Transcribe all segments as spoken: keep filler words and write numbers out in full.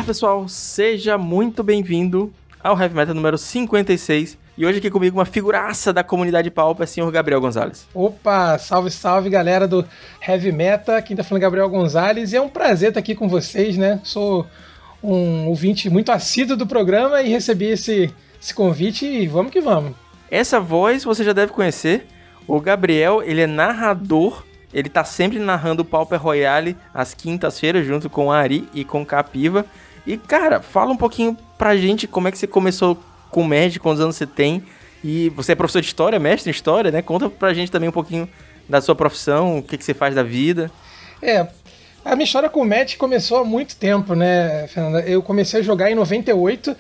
pessoal, seja muito bem-vindo ao Heavy Meta número cinquenta e seis. E hoje aqui comigo uma figuraça da comunidade Pauper, senhor Gabriel Gonzalez. Opa, salve, salve galera do Heavy Meta, quem tá falando é Gabriel Gonzalez, e é um prazer estar aqui com vocês, né? Sou um ouvinte muito assíduo do programa e recebi esse, esse convite e vamos que vamos. Essa voz você já deve conhecer, o Gabriel, ele é narrador, ele tá sempre narrando o Pauper Royale às quintas-feiras junto com a Ari e com Capiva. E cara, fala um pouquinho pra gente como é que você começou com o Magic, quantos anos você tem, e você é professor de história, mestre em história, né? Conta pra gente também um pouquinho da sua profissão, o que, que você faz da vida. É, a minha história com o Magic começou há muito tempo, né, Fernanda? Eu comecei a jogar em noventa e oito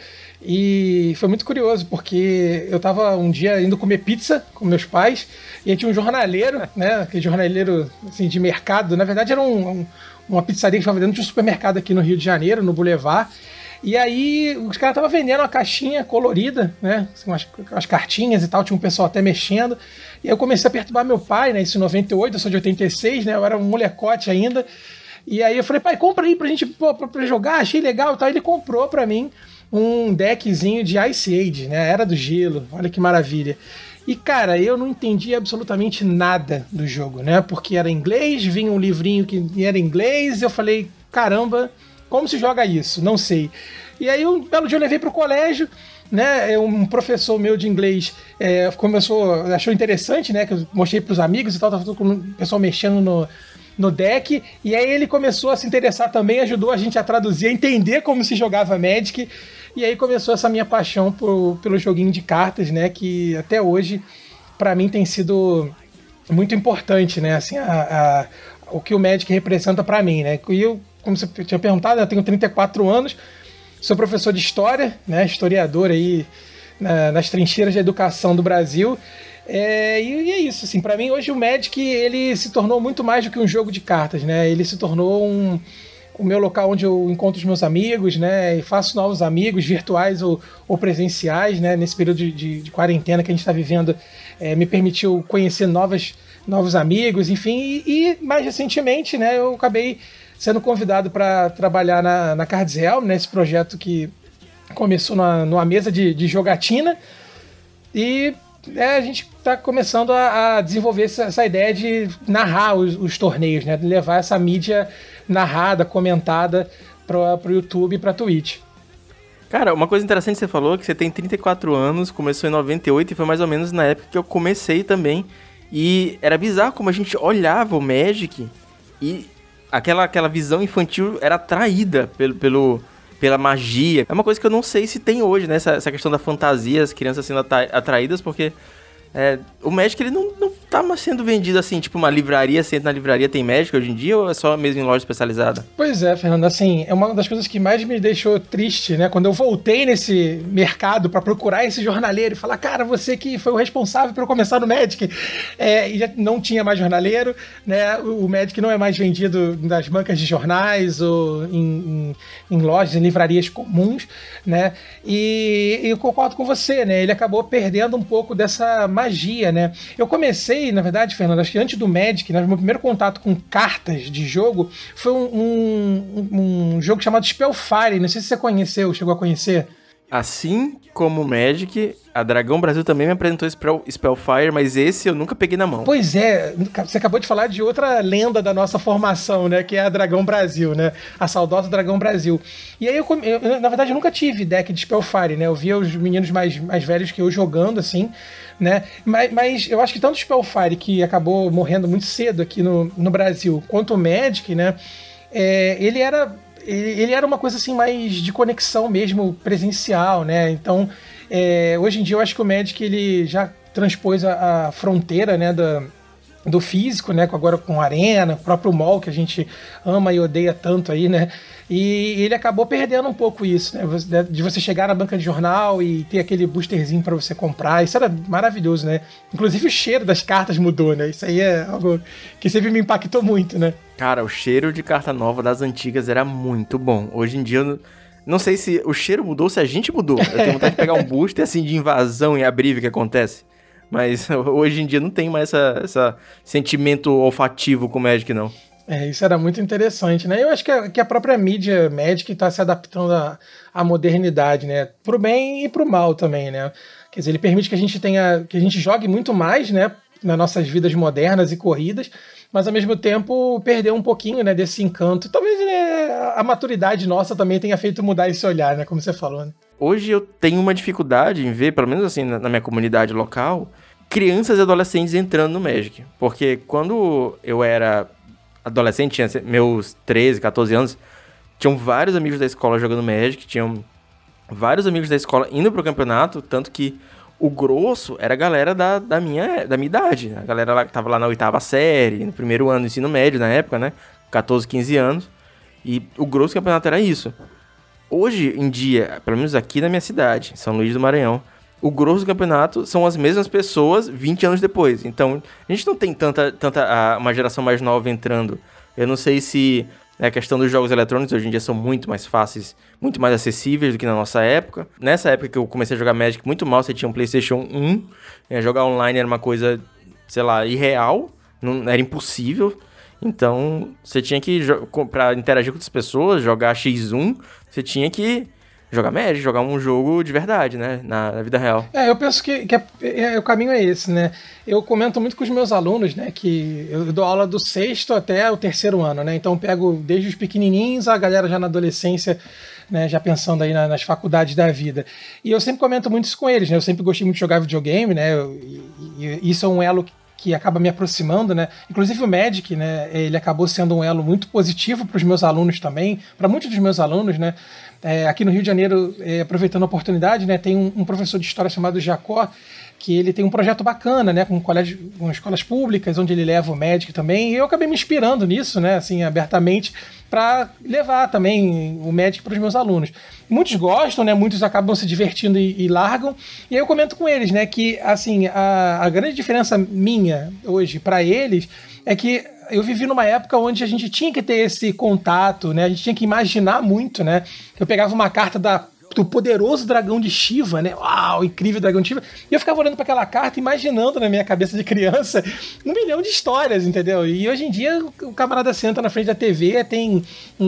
e foi muito curioso, porque eu tava um dia indo comer pizza com meus pais e aí tinha um jornaleiro, né, aquele jornaleiro assim, de mercado, na verdade era um, um, uma pizzaria que estava dentro de um supermercado aqui no Rio de Janeiro, no Boulevard. E aí os caras estavam vendendo uma caixinha colorida, né, umas, umas cartinhas e tal, tinha um pessoal até mexendo. E aí eu comecei a perturbar meu pai, né, isso em noventa e oito, eu sou de oitenta e seis, né, eu era um molecote ainda. E aí eu falei, pai, compra aí pra gente pô, pra, pra jogar, achei legal e tal. Ele comprou pra mim um deckzinho de Ice Age, né, Era do Gelo, olha que maravilha. E cara, eu não entendi absolutamente nada do jogo, né, porque era inglês, vinha um livrinho que era inglês, eu falei, caramba, como se joga isso? Não sei. E aí um belo dia eu levei pro colégio, né, um professor meu de inglês é, começou, achou interessante, né, que eu mostrei pros amigos e tal, tava todo o pessoal mexendo no, no deck, e aí ele começou a se interessar também, ajudou a gente a traduzir, a entender como se jogava Magic, e aí começou essa minha paixão por, pelo joguinho de cartas, né, que até hoje, pra mim, tem sido muito importante, né, assim, a, a, o que o Magic representa pra mim, né, e eu, como você tinha perguntado, eu tenho trinta e quatro anos, sou professor de história, né, historiador aí na, nas trincheiras da educação do Brasil, é, e, e é isso, assim, para mim hoje o Magic ele se tornou muito mais do que um jogo de cartas, né, ele se tornou um, o meu local onde eu encontro os meus amigos, né, e faço novos amigos virtuais ou, ou presenciais, né, nesse período de, de, de quarentena que a gente está vivendo, é, me permitiu conhecer novas, novos amigos, enfim, e, e mais recentemente, né, eu acabei sendo convidado para trabalhar na, na Cards Realm, né, esse projeto que começou na, numa mesa de, de jogatina, e é, a gente está começando a, a desenvolver essa, essa ideia de narrar os, os torneios, né, de levar essa mídia narrada, comentada para o YouTube e para a Twitch. Cara, uma coisa interessante que você falou é que você tem trinta e quatro anos, começou em noventa e oito e foi mais ou menos na época que eu comecei também, e era bizarro como a gente olhava o Magic e Aquela, aquela visão infantil era atraída pelo, pelo, pela magia. É uma coisa que eu não sei se tem hoje, né? Essa, essa questão da fantasia, as crianças sendo atraídas, porque é, o Magic ele não, não tá mais sendo vendido assim, tipo uma livraria, você entra na livraria, tem Magic hoje em dia, ou é só mesmo em loja especializada? Pois é, Fernando, assim, é uma das coisas que mais me deixou triste, né? Quando eu voltei nesse mercado pra procurar esse jornaleiro e falar, cara, você que foi o responsável pra eu começar no Magic, é, e já não tinha mais jornaleiro, né? O Magic não é mais vendido nas bancas de jornais ou em, em, em lojas, em livrarias comuns, né? E, e eu concordo com você, né? Ele acabou perdendo um pouco dessa magia, né? Eu comecei, na verdade, Fernando, acho que antes do Magic, né, meu primeiro contato com cartas de jogo foi um, um, um jogo chamado Spellfire, não sei se você conheceu, chegou a conhecer. Assim como o Magic, a Dragão Brasil também me apresentou Spell, Spellfire, mas esse eu nunca peguei na mão. Pois é, você acabou de falar de outra lenda da nossa formação, né, que é a Dragão Brasil, né, a saudosa Dragão Brasil. E aí, eu, eu na verdade, eu nunca tive deck de Spellfire, né, eu via os meninos mais, mais velhos que eu jogando, assim, né, mas, mas eu acho que tanto o Spellfire, que acabou morrendo muito cedo aqui no, no Brasil, quanto o Magic, né, é, ele era... ele era uma coisa assim mais de conexão mesmo presencial, né? Então, é, hoje em dia eu acho que o Magic ele já transpôs a, a fronteira, né, da, do físico, né, agora com a Arena, o próprio mall que a gente ama e odeia tanto aí, né? E ele acabou perdendo um pouco isso, né? De você chegar na banca de jornal e ter aquele boosterzinho para você comprar. Isso era maravilhoso, né? Inclusive o cheiro das cartas mudou, né? Isso aí é algo que sempre me impactou muito, né? Cara, o cheiro de carta nova das antigas era muito bom. Hoje em dia, eu não sei se o cheiro mudou ou se a gente mudou. Eu tenho vontade de pegar um booster assim de invasão e abrir o que acontece. Mas hoje em dia não tem mais esse sentimento olfativo com o Magic, não. É, isso era muito interessante, né? Eu acho que a, que a própria mídia Magic está se adaptando à, à modernidade, né? Pro bem e pro mal também, né? Quer dizer, ele permite que a gente tenha, que a gente jogue muito mais, né? Nas nossas vidas modernas e corridas, mas ao mesmo tempo perdeu um pouquinho, né? Desse encanto. Talvez, né, a maturidade nossa também tenha feito mudar esse olhar, né? Como você falou, né? Hoje eu tenho uma dificuldade em ver, pelo menos assim, na, na minha comunidade local, crianças e adolescentes entrando no Magic. Porque quando eu era adolescente, tinha meus treze, catorze anos, tinham vários amigos da escola jogando Magic, tinham vários amigos da escola indo pro campeonato, tanto que o grosso era a galera da, da, minha, da minha idade. A galera lá que tava lá na oitava série, no primeiro ano do ensino médio, na época, né? catorze, quinze anos. E o grosso do campeonato era isso. Hoje em dia, pelo menos aqui na minha cidade, São Luís do Maranhão, o grosso do campeonato são as mesmas pessoas vinte anos depois. Então, a gente não tem tanta, tanta uma geração mais nova entrando. Eu não sei se a questão dos jogos eletrônicos hoje em dia são muito mais fáceis, muito mais acessíveis do que na nossa época. Nessa época que eu comecei a jogar Magic muito mal, você tinha um PlayStation um, é, jogar online era uma coisa, sei lá, irreal, não, era impossível. Então, você tinha que, pra interagir com outras pessoas, jogar xis um, você tinha que jogar Magic, jogar um jogo de verdade, né? Na, na vida real. É, eu penso que, que é, é, o caminho é esse, né? Eu comento muito com os meus alunos, né? Que eu dou aula do sexto até o terceiro ano, né? Então eu pego desde os pequenininhos, a galera já na adolescência, né? Já pensando aí na, nas faculdades da vida. E eu sempre comento muito isso com eles, né? Eu sempre gostei muito de jogar videogame, né? Eu, e, e isso é um elo que que acaba me aproximando, né? Inclusive o Magic, né? Ele acabou sendo um elo muito positivo para os meus alunos também, para muitos dos meus alunos, né? É, aqui no Rio de Janeiro, é, aproveitando a oportunidade, né? Tem um, um professor de história chamado Jacó, que ele tem um projeto bacana, né? Com, colégio, com escolas públicas, onde ele leva o Magic também. E eu acabei me inspirando nisso, né? Assim, abertamente, para levar também o Magic para os meus alunos. Muitos gostam, né? Muitos acabam se divertindo e, e largam. E aí eu comento com eles, né? Que assim, a, a grande diferença minha hoje para eles é que eu vivi numa época onde a gente tinha que ter esse contato, né? A gente tinha que imaginar muito, né? Eu pegava uma carta da do poderoso dragão de Shiva, né? Uau, incrível dragão de Shiva. E eu ficava olhando para aquela carta, imaginando na minha cabeça de criança um milhão de histórias, entendeu? E hoje em dia o camarada senta na frente da T V, tem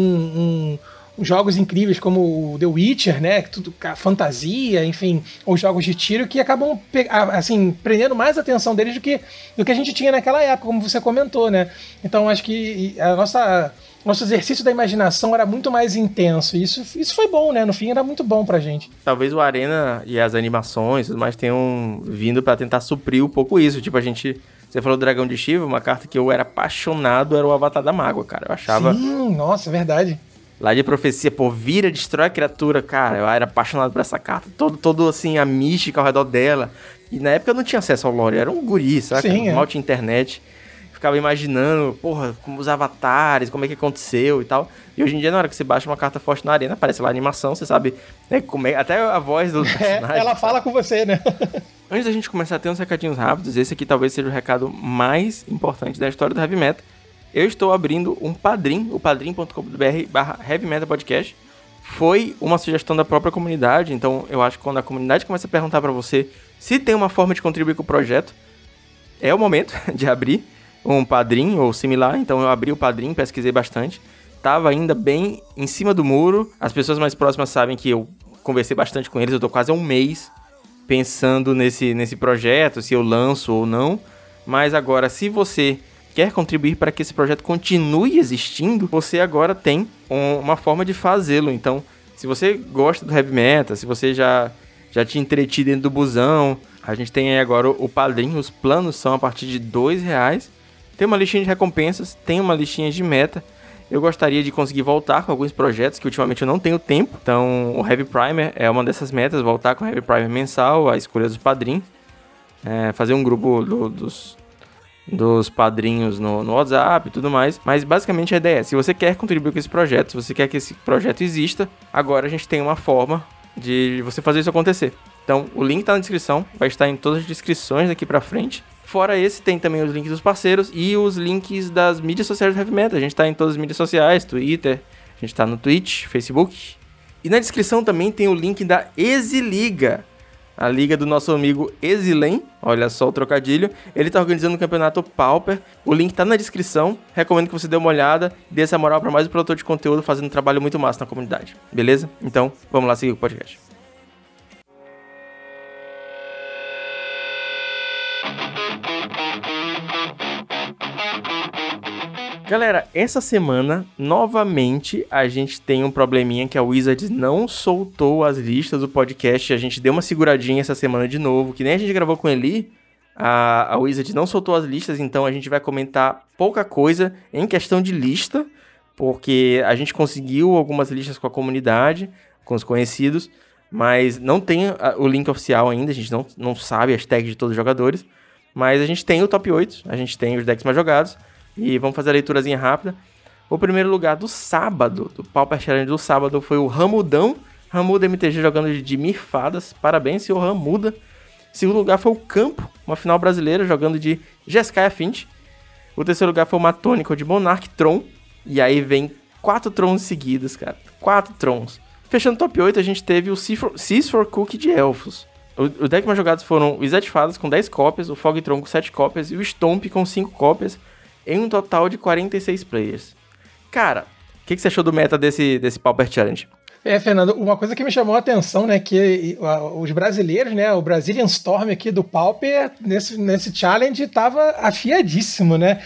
um, um, jogos incríveis como o The Witcher, né? Tudo, fantasia, enfim, ou jogos de tiro que acabam assim, prendendo mais a atenção deles do que, do que a gente tinha naquela época, como você comentou, né? Então acho que a nossa... Nosso exercício da imaginação era muito mais intenso. E isso, isso foi bom, né? No fim, era muito bom pra gente. Talvez o Arena e as animações e tudo mais tenham vindo pra tentar suprir um pouco isso. Tipo, a gente... Você falou do Dragão de Shiva, uma carta que eu era apaixonado era o Avatar da Mágoa, cara. Eu achava... Sim, nossa, é verdade. Lá de profecia, pô, vira, destrói a criatura. Cara, eu era apaixonado por essa carta. Todo, todo assim, a mística ao redor dela. E na época eu não tinha acesso ao lore. Eu era um guri, sabe? Sim, é. Mal tinha internet. Ficava imaginando, porra, como os avatares, como é que aconteceu e tal. E hoje em dia, na hora que você baixa uma carta forte na Arena, aparece lá a animação, você sabe, né, como é, até a voz do personagem. É, ela fala com você, né? Antes da gente começar a ter uns recadinhos rápidos, esse aqui talvez seja o recado mais importante da história do Heavy Metal. Eu estou abrindo um Padrim, o padrim ponto com ponto b r barra Heavy Metal Podcast. Foi uma sugestão da própria comunidade, então eu acho que quando a comunidade começa a perguntar pra você se tem uma forma de contribuir com o projeto, é o momento de abrir um Padrim ou similar. Então eu abri o Padrim, pesquisei bastante, tava ainda bem em cima do muro. As pessoas mais próximas sabem que eu conversei bastante com eles, eu tô quase há um mês pensando nesse, nesse projeto, se eu lanço ou não. Mas agora, se você quer contribuir para que esse projeto continue existindo, você agora tem um, uma forma de fazê-lo. Então, se você gosta do Heavy Metal, se você já, já te entretido dentro do busão, a gente tem aí agora o, o Padrim. Os planos são a partir de dois reais. Tem uma listinha de recompensas, tem uma listinha de meta. Eu gostaria de conseguir voltar com alguns projetos que ultimamente eu não tenho tempo. Então, o Heavy Primer é uma dessas metas, voltar com o Heavy Primer mensal, a escolha dos padrinhos. É, fazer um grupo do, dos, dos padrinhos no, no WhatsApp e tudo mais. Mas, basicamente, a ideia é, se você quer contribuir com esse projeto, se você quer que esse projeto exista, agora a gente tem uma forma de você fazer isso acontecer. Então, o link está na descrição, vai estar em todas as descrições daqui pra frente. Fora esse, tem também os links dos parceiros e os links das mídias sociais do Heavy Metal. A gente tá em todas as mídias sociais, Twitter, a gente tá no Twitch, Facebook. E na descrição também tem o link da Exiliga. a liga do nosso amigo Exilen, olha só o trocadilho. Ele tá organizando o campeonato Pauper, o link tá na descrição, recomendo que você dê uma olhada, dê essa moral para mais um produtor de conteúdo fazendo um trabalho muito massa na comunidade, beleza? Então, vamos lá seguir o podcast. Galera, essa semana, novamente, a gente tem um probleminha que a Wizards não soltou as listas do podcast. A gente deu uma seguradinha essa semana de novo, que nem a gente gravou com ele. A, a Wizards não soltou as listas, então a gente vai comentar pouca coisa em questão de lista, porque a gente conseguiu algumas listas com a comunidade, com os conhecidos, mas não tem a, o link oficial ainda, a gente não, não sabe as tags de todos os jogadores, mas a gente tem o top oito, a gente tem os decks mais jogados. E vamos fazer a leiturazinha rápida. O primeiro lugar do sábado, do Pauper Challenge do sábado, foi o Ramudão. Ramuda M T G jogando de Dimir Fadas. Parabéns, senhor Ramuda. Segundo lugar foi o Campo, uma final brasileira, jogando de Jeskai Fint. O terceiro lugar foi o Matônico de Monarch Tron. E aí vem quatro Trons seguidos, cara. Quatro Trons. Fechando o top oito, a gente teve o Seas for Cook de Elfos. Os decks mais jogados foram o Izzet Fadas com dez cópias, o Fog Tron com sete cópias e o Stomp com cinco cópias. Em um total de quarenta e seis players. Cara, o que, que você achou do meta desse, desse Pauper Challenge? É, Fernando, uma coisa que me chamou a atenção, né, que uh, os brasileiros, né, o Brazilian Storm aqui do Pauper, nesse, nesse challenge, estava afiadíssimo, né?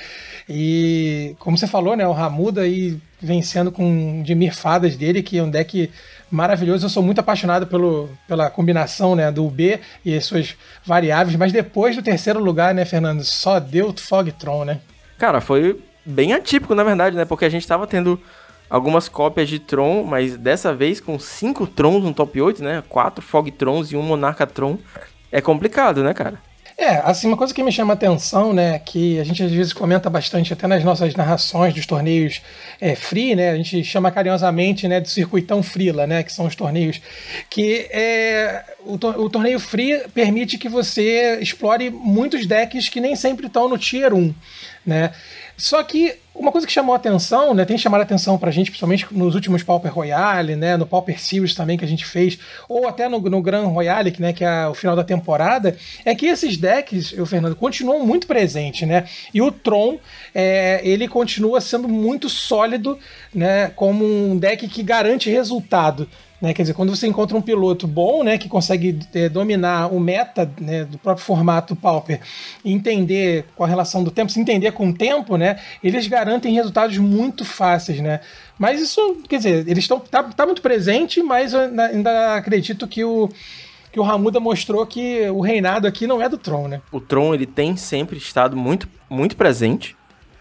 E, como você falou, né, o Ramuda aí vencendo com o Dimir Fadas dele, que é um deck maravilhoso. Eu sou muito apaixonado pelo, pela combinação, né, do U B e as suas variáveis, mas depois do terceiro lugar, né, Fernando, só deu Fogtron, né? Cara, foi bem atípico, na verdade, né? Porque a gente tava tendo algumas cópias de Tron, mas dessa vez com cinco Trons no top oito, né? Quatro Fog Trons e um Monarca Tron. É complicado, né, cara? É, assim, uma coisa que me chama a atenção, né, que a gente às vezes comenta bastante até nas nossas narrações dos torneios é, free, né, a gente chama carinhosamente, né, do circuitão Freela, né, que são os torneios que é, o, to- o torneio free permite que você explore muitos decks que nem sempre estão no tier um, né. Só que uma coisa que chamou a atenção, né, tem chamado a atenção pra gente, principalmente nos últimos Pauper Royale, né, no Pauper Series também que a gente fez, ou até no, no Grand Royale, né, que é o final da temporada, é que esses decks, eu, Fernando, continuam muito presentes, né, e o Tron, é, ele continua sendo muito sólido, né, como um deck que garante resultado. Né, quer dizer, quando você encontra um piloto bom, né, que consegue é, dominar o meta, né, do próprio formato Pauper, e entender com a relação do tempo, se entender com o tempo, né, eles garantem resultados muito fáceis, né? Mas isso, quer dizer, eles estão tá, tá muito presente, mas eu ainda, ainda acredito que o que o Ramuda mostrou que o reinado aqui não é do Tron, né? O Tron, ele tem sempre estado muito, muito presente.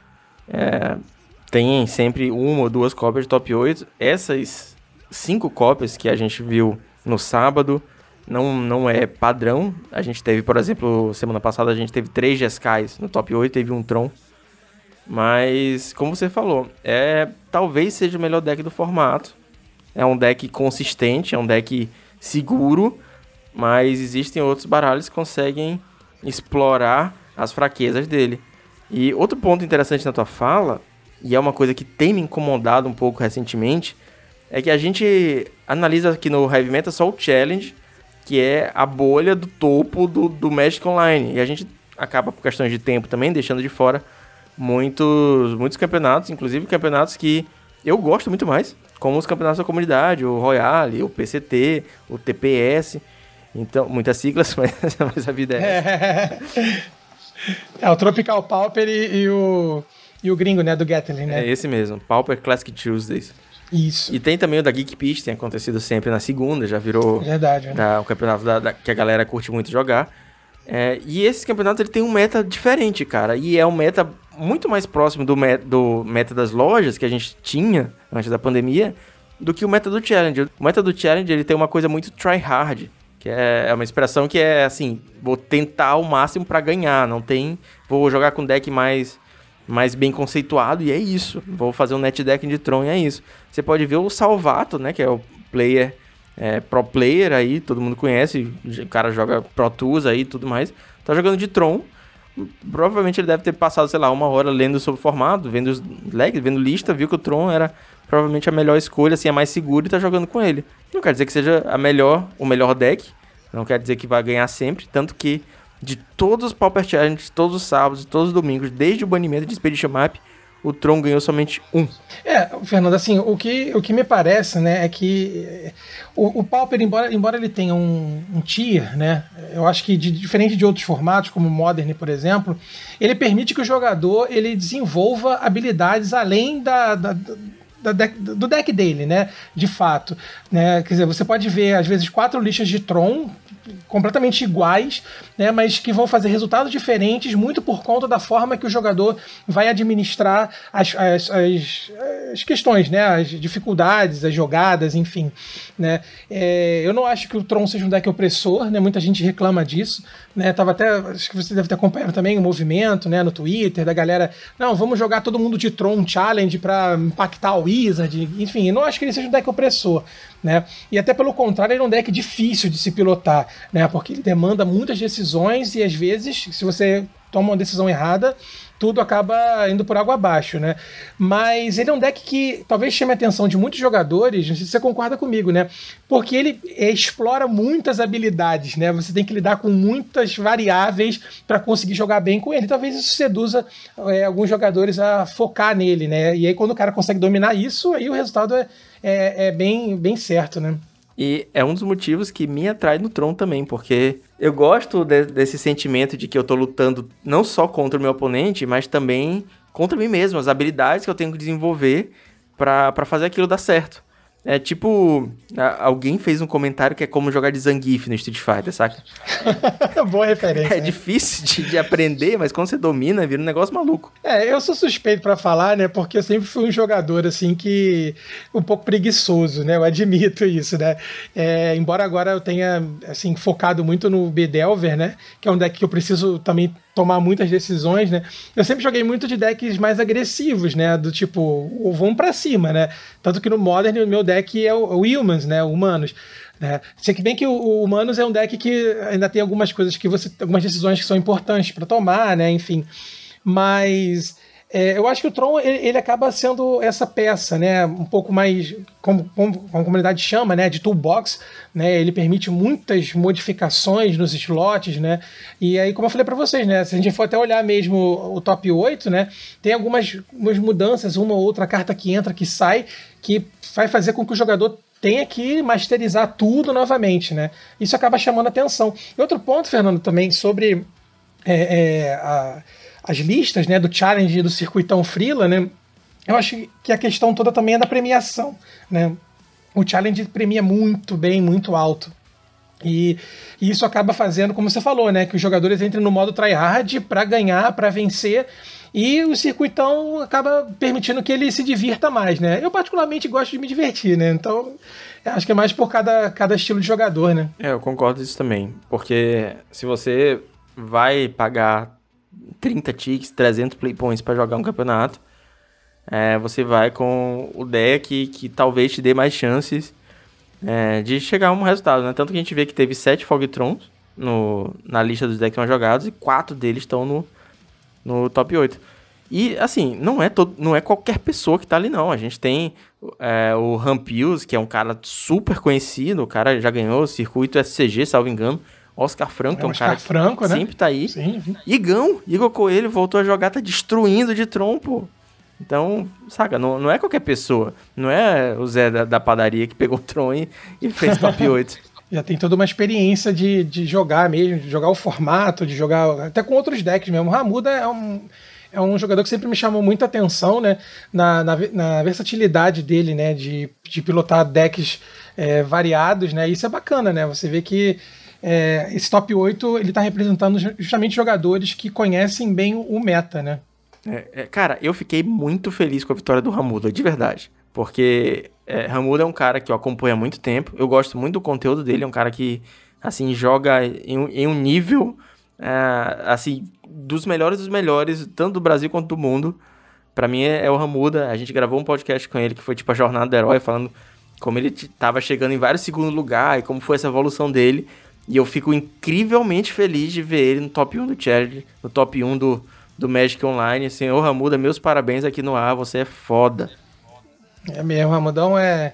É, tem sempre uma ou duas cópias de top oito. Essas cinco cópias que a gente viu no sábado não, não é padrão. A gente teve, por exemplo, semana passada a gente teve três Jeskais no top oito, teve um Tron. Mas, como você falou, é, talvez seja o melhor deck do formato. É um deck consistente, é um deck seguro, mas existem outros baralhos que conseguem explorar as fraquezas dele. E outro ponto interessante na tua fala, e é uma coisa que tem me incomodado um pouco recentemente, é que a gente analisa aqui no Heavy Metal só o Challenge, que é a bolha do topo do, do Magic Online. E a gente acaba, por questões de tempo também, deixando de fora muitos, muitos campeonatos, inclusive campeonatos que eu gosto muito mais, como os campeonatos da comunidade, o Royale, o P C T, o T P S. Então, muitas siglas, mas, mas a vida é essa. É, é o Tropical Pauper e, e, o, e o gringo, né, do Gatling, né? É esse mesmo, Pauper Classic Tuesdays. Isso. E tem também o da Geek Pitch, tem acontecido sempre na segunda, já virou Verdade, né? da, o campeonato da, da, que a galera curte muito jogar. É, e esse campeonato ele tem um meta diferente, cara, e é um meta muito mais próximo do, met, do meta das lojas que a gente tinha antes da pandemia do que o meta do Challenge. O meta do Challenge ele tem uma coisa muito try-hard, que é, é uma expressão que é assim, vou tentar o máximo pra ganhar, não tem, vou jogar com deck mais... mais bem conceituado, e é isso. Vou fazer um net deck de Tron, e é isso. Você pode ver o Salvato, né, que é o player, é, pro player aí, todo mundo conhece, o cara joga Pro Tools aí e tudo mais, tá jogando de Tron, provavelmente ele deve ter passado, sei lá, uma hora lendo sobre o formato, vendo os legs, vendo lista, viu que o Tron era provavelmente a melhor escolha, assim, a mais segura, e tá jogando com ele. Não quer dizer que seja a melhor, o melhor deck, Não quer dizer que vai ganhar sempre, tanto que de todos os Pauper Challenges, todos os sábados, todos os domingos, desde o banimento de Expedition Map, o Tron ganhou somente um. É, Fernando, assim, o que, o que me parece, né, é que o, o Pauper, embora, embora ele tenha um, um tier, né, eu acho que de, diferente de outros formatos, como o Modern, por exemplo, ele permite que o jogador ele desenvolva habilidades além da... da Da deck, do deck dele, né? De fato. Né? Quer dizer, você pode ver, às vezes, quatro listas de Tron completamente iguais, né? Mas que vão fazer resultados diferentes muito por conta da forma que o jogador vai administrar as, as, as, as questões, né? As dificuldades, as jogadas, enfim. Né? É, eu não acho que o Tron seja um deck opressor, né? Muita gente reclama disso. Né? Tava até, acho que você deve ter acompanhado também o movimento, né? No Twitter, da galera, não, vamos jogar todo mundo de Tron Challenge para impactar o Wizard, enfim, eu não acho que ele seja um deck opressor, né? E até pelo contrário, ele é um deck difícil de se pilotar, né? Porque ele demanda muitas decisões e às vezes, se você toma uma decisão errada, tudo acaba indo por água abaixo, né? Mas ele é um deck que talvez chame a atenção de muitos jogadores, não sei se você concorda comigo, né? Porque ele é, explora muitas habilidades, né? Você tem que lidar com muitas variáveis para conseguir jogar bem com ele. Talvez isso seduza é, alguns jogadores a focar nele, né? E aí quando o cara consegue dominar isso, aí o resultado é, é, é bem, bem certo, né? E é um dos motivos que me atrai no Tron também, porque eu gosto de, desse sentimento de que eu tô lutando não só contra o meu oponente, mas também contra mim mesmo, as habilidades que eu tenho que desenvolver pra, pra fazer aquilo dar certo. É tipo, a, alguém fez um comentário que é como jogar de Zangief no Street Fighter, saca? Boa referência. É né? difícil de, de aprender, mas quando você domina, vira um negócio maluco. É, eu sou suspeito pra falar, né, porque eu sempre fui um jogador, assim, que... um pouco preguiçoso, né, eu admito isso, né. É, embora agora eu tenha, assim, focado muito no Bedelver, né, que é um deck que eu preciso também tomar muitas decisões, né? Eu sempre joguei muito de decks mais agressivos, né? Do tipo, vamos pra cima, né? Tanto que no Modern o meu deck é o, o Humans, né? O Humanos. Né? Se bem que o, o Humanos é um deck que ainda tem algumas coisas que você... algumas decisões que são importantes pra tomar, né? Enfim. Mas... É, eu acho que o Tron ele, ele acaba sendo essa peça, né, um pouco mais, como, como a comunidade chama, né, de toolbox, né, ele permite muitas modificações nos slots, né, e aí, como eu falei para vocês, né, se a gente for até olhar mesmo o top oito, né, tem algumas, algumas mudanças, uma ou outra carta que entra, que sai, que vai fazer com que o jogador tenha que masterizar tudo novamente, né, isso acaba chamando atenção. E outro ponto, Fernando, também sobre é, é, a as listas, né, do Challenge e do Circuitão Freela, né, eu acho que a questão toda também é da premiação, né, o Challenge premia muito bem, muito alto, e, e isso acaba fazendo, como você falou, né, que os jogadores entrem no modo tryhard para ganhar, para vencer, e o Circuitão acaba permitindo que ele se divirta mais, né, eu particularmente gosto de me divertir, né, então acho que é mais por cada, cada estilo de jogador, né. É, eu concordo com isso também, porque se você vai pagar trinta ticks, trezentos play points para jogar um campeonato, é, você vai com o deck que talvez te dê mais chances é, de chegar a um resultado, né? Tanto que a gente vê que teve sete Fogtrons no, na lista dos decks mais jogados e quatro deles estão no, no top oito. E, assim, não é, todo, não é qualquer pessoa que tá ali, não. A gente tem é, o Rampius, que é um cara super conhecido, o cara já ganhou o circuito S C G, salvo engano. Oscar Franco, é um cara Franco, que né? sempre tá aí. Sim. Igão, Igor Coelho voltou a jogar, tá destruindo de trompo. Então, saca, não, não é qualquer pessoa. Não é o Zé da, da padaria que pegou o Tron e, e fez top oito. Já tem toda uma experiência de, de jogar mesmo, de jogar o formato, de jogar até com outros decks mesmo. O Ramuda é um, é um jogador que sempre me chamou muita atenção, né? Na, na, na versatilidade dele, né? De, de pilotar decks é, variados, né? Isso é bacana, né? Você vê que É, esse top oito ele tá representando justamente jogadores que conhecem bem o meta, né? É, é, cara, eu fiquei muito feliz com a vitória do Ramuda, de verdade. Porque é, Ramuda é um cara que eu acompanho há muito tempo. Eu gosto muito do conteúdo dele. É um cara que, assim, joga em, em um nível, é, assim, dos melhores dos melhores, tanto do Brasil quanto do mundo. Pra mim é, é o Ramuda. A gente gravou um podcast com ele que foi tipo a Jornada do Herói, falando como ele tava chegando em vários segundos lugar e como foi essa evolução dele. E eu fico incrivelmente feliz de ver ele no top um do Challenge, no top um do, do Magic Online. Senhor Ramuda, meus parabéns aqui no ar, você é foda. É mesmo, Ramudão é,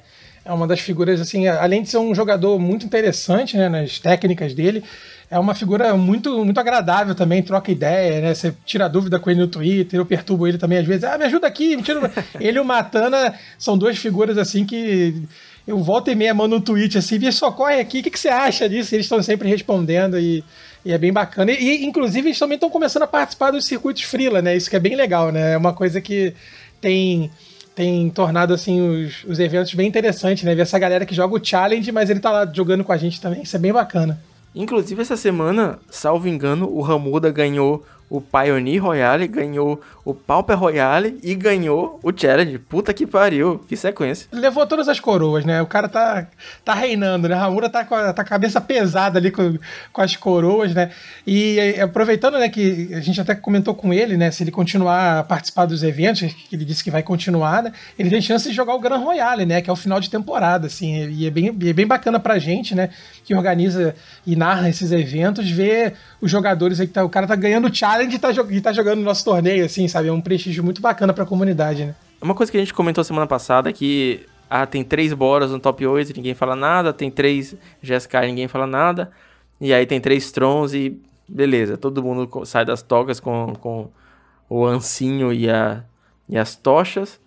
é uma das figuras, assim, além de ser um jogador muito interessante, né, nas técnicas dele, é uma figura muito, muito agradável também, troca ideia, né? Você tira dúvida com ele no Twitter, eu perturbo ele também às vezes. Ah, me ajuda aqui, me tira... Ele e o Matana são duas figuras, assim, que eu volto e meia mando um tweet, assim, e socorre aqui, o que, que você acha disso? Eles estão sempre respondendo e, e é bem bacana. E, inclusive, eles também estão começando a participar dos circuitos freela, né? Isso que é bem legal, né? É uma coisa que tem... tem tornado, assim, os, os eventos bem interessantes, né? Ver essa galera que joga o Challenge, mas ele tá lá jogando com a gente também, isso é bem bacana. Inclusive, essa semana, salvo engano, o Ramuda ganhou o Pioneer Royale, ganhou o Pauper Royale e ganhou o Challenge. Puta que pariu, que sequência. Levou todas as coroas, né? O cara tá, tá reinando, né? O Ramuda tá com a, tá com a cabeça pesada ali com, com as coroas, né? E aproveitando, né, que a gente até comentou com ele, né? Se ele continuar a participar dos eventos, que ele disse que vai continuar, né? Ele tem chance de jogar o Grand Royale, né? Que é o final de temporada, assim. E é bem, é bem bacana pra gente, né? Que organiza e narra esses eventos, ver os jogadores aí que tá, o cara tá ganhando o Challenge e tá, e tá jogando no nosso torneio, assim, sabe? É um prestígio muito bacana pra comunidade, né? Uma coisa que a gente comentou semana passada é que ah, tem três Boras no top oito e ninguém fala nada, tem três G S K e ninguém fala nada, e aí tem três Trons e beleza, todo mundo sai das togas com, com o ancinho e, a, e as tochas.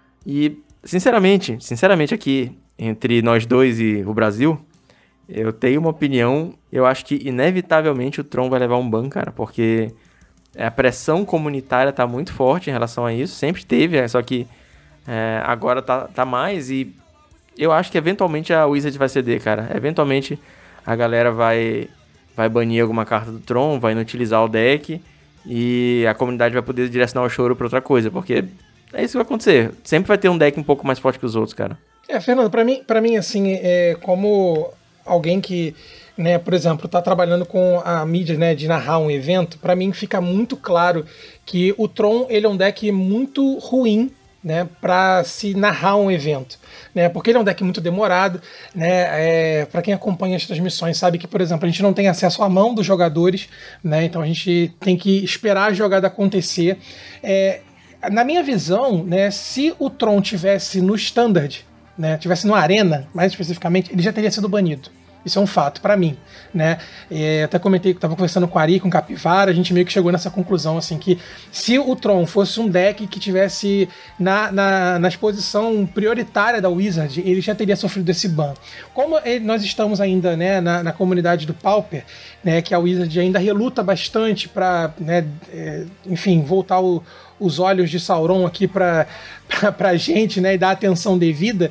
E, sinceramente, sinceramente aqui, entre nós dois e o Brasil, eu tenho uma opinião, eu acho que inevitavelmente o Tron vai levar um ban, cara, porque a pressão comunitária tá muito forte em relação a isso, sempre teve, só que é, agora tá, tá mais, e eu acho que eventualmente a Wizard vai ceder, cara, eventualmente a galera vai, vai banir alguma carta do Tron, vai inutilizar o deck, e a comunidade vai poder direcionar o choro pra outra coisa, porque é isso que vai acontecer, sempre vai ter um deck um pouco mais forte que os outros, cara. É, Fernando, pra mim, pra mim assim, é como alguém que, né, por exemplo, está trabalhando com a mídia, né, de narrar um evento, para mim fica muito claro que o Tron ele é um deck muito ruim, né, para se narrar um evento, né, porque ele é um deck muito demorado, né, é, para quem acompanha as transmissões sabe que, por exemplo, a gente não tem acesso à mão dos jogadores, né, então a gente tem que esperar a jogada acontecer. É, na minha visão, né, se o Tron tivesse no Standard, né, tivesse no Arena, mais especificamente, ele já teria sido banido. Isso é um fato pra mim, né? E até comentei que estava conversando com o Ari, com o Capivara, a gente meio que chegou nessa conclusão, assim, que se o Tron fosse um deck que tivesse na, na, na exposição prioritária da Wizard, ele já teria sofrido esse ban. Como ele, nós estamos ainda, né, na, na comunidade do Pauper, né, que a Wizard ainda reluta bastante pra, né, é, enfim, voltar o os olhos de Sauron aqui pra, pra, pra gente, né, e dar atenção devida,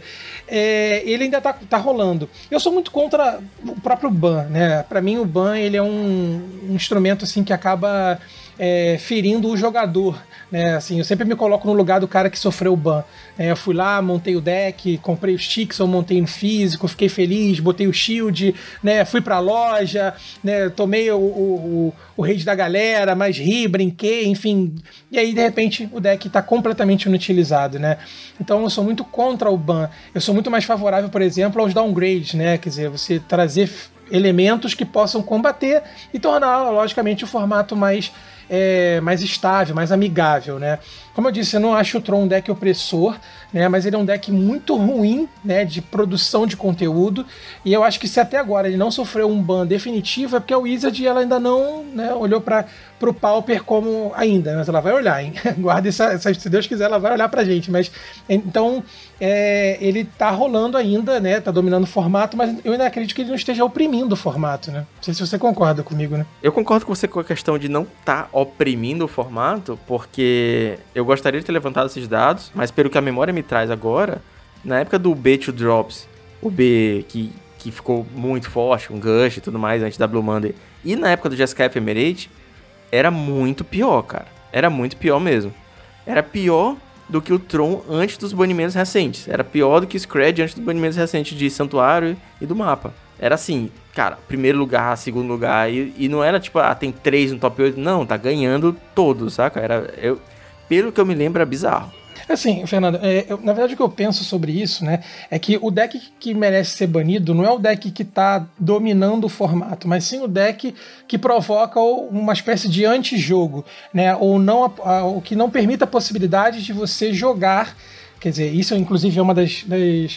é, ele ainda tá, tá rolando. Eu sou muito contra o próprio ban, né, pra mim o ban ele é um, um instrumento assim que acaba é, ferindo o jogador, né, assim, eu sempre me coloco no lugar do cara que sofreu o ban, é, eu fui lá, montei o deck, comprei os ticks, eu montei no físico, fiquei feliz, botei o shield, né, fui pra loja, né, tomei o, o, o, o raid da galera, mas ri, brinquei, enfim, e aí de repente o deck tá completamente inutilizado, né, então eu sou muito contra o ban, eu sou muito mais favorável, por exemplo, aos downgrades, né, quer dizer, você trazer elementos que possam combater e tornar, logicamente, o formato mais É, mais estável, mais amigável, né? Como eu disse, eu não acho o Tron um deck opressor, né? Mas ele é um deck muito ruim, né? De produção de conteúdo, e eu acho que se até agora ele não sofreu um ban definitivo é porque a Wizard ela ainda não, né, olhou para o Pauper como ainda, mas ela vai olhar, hein? Guarda essa, essa, se Deus quiser, ela vai olhar pra gente, mas então é, ele tá rolando ainda, né? Tá dominando o formato, mas eu ainda acredito que ele não esteja oprimindo o formato, né? Não sei se você concorda comigo, né? Eu concordo com você com a questão de não tá oprimindo o formato, porque eu gostaria de ter levantado esses dados, mas pelo que a memória me traz agora, na época do B dois Drops, o B que, que ficou muito forte, com Gush e tudo mais, antes da Blue Monday, e na época do G S K Ephemerate, era muito pior, cara. Era muito pior mesmo. Era pior do que o Tron antes dos banimentos recentes. Era pior do que o Scred antes dos banimentos recentes de Santuário e do mapa. Era assim, cara, primeiro lugar, segundo lugar, e, e não era tipo, ah, tem três no top oito, não, tá ganhando todos, saca? Era, eu, pelo que eu me lembro, era bizarro. Assim, Fernando, é, eu, na verdade o que eu penso sobre isso, né, é que o deck que merece ser banido não é o deck que está dominando o formato, mas sim o deck que provoca uma espécie de antijogo, né, ou não, o que não permite a possibilidade de você jogar, quer dizer, isso inclusive é uma das, das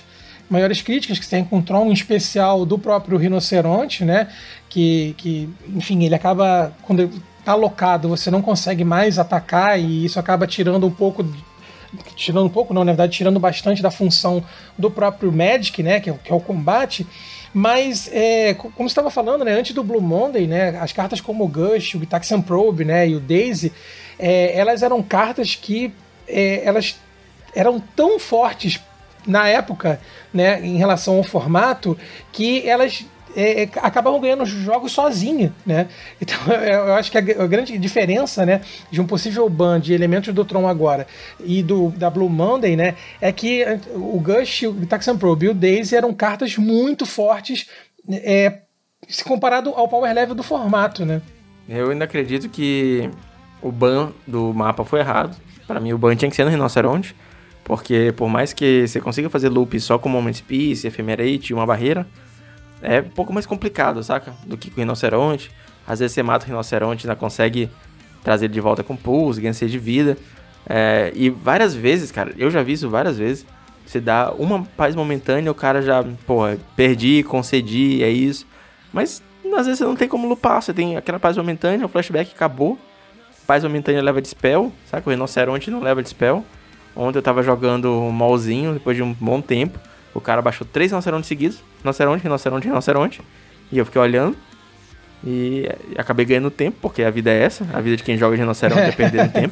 maiores críticas que você tem com o Tron, em especial do próprio Rinoceronte, né? Que, que enfim, ele acaba, quando ele tá locado, você não consegue mais atacar e isso acaba tirando um pouco, tirando um pouco não, na verdade, tirando bastante da função do próprio Magic, né? Que é, que é o combate. Mas, é, como você estava falando, né, antes do Blue Monday, né, as cartas como o Gush, o Gitaxian Probe, né, e o Daisy, é, elas eram cartas que é, elas eram tão fortes na época, né, em relação ao formato, que elas é, acabavam ganhando os jogos sozinha, né? Então eu acho que a, a grande diferença, né, de um possível ban de elementos do Tron agora e do, da Blue Monday, né, é que o Gush, o Gitaxian Probe e o Daisy eram cartas muito fortes é, se comparado ao power level do formato, né? Eu ainda acredito que o ban do mapa foi errado. Para mim o ban tinha que ser no Rinoceronte, porque por mais que você consiga fazer loop só com Moment Piece, Ephemerate e uma barreira, é um pouco mais complicado, saca? Do que com o Rinoceronte. Às vezes você mata o Rinoceronte e ainda consegue trazer ele de volta com Pulse, ganha seis de vida. É, e várias vezes, cara, eu já vi isso várias vezes. Você dá uma paz momentânea, o cara já, porra, perdi, concedi, é isso. Mas às vezes você não tem como lupar, você tem aquela paz momentânea, o flashback acabou. Paz momentânea leva Dispel, saca? O Rinoceronte não leva Dispel. Ontem eu tava jogando um molzinho, depois de um bom tempo. O cara baixou três rinocerontes seguidos. Rinoceronte, rinoceronte, rinoceronte. E eu fiquei olhando. E acabei ganhando tempo, porque a vida é essa. A vida de quem joga de rinoceronte é perdendo tempo.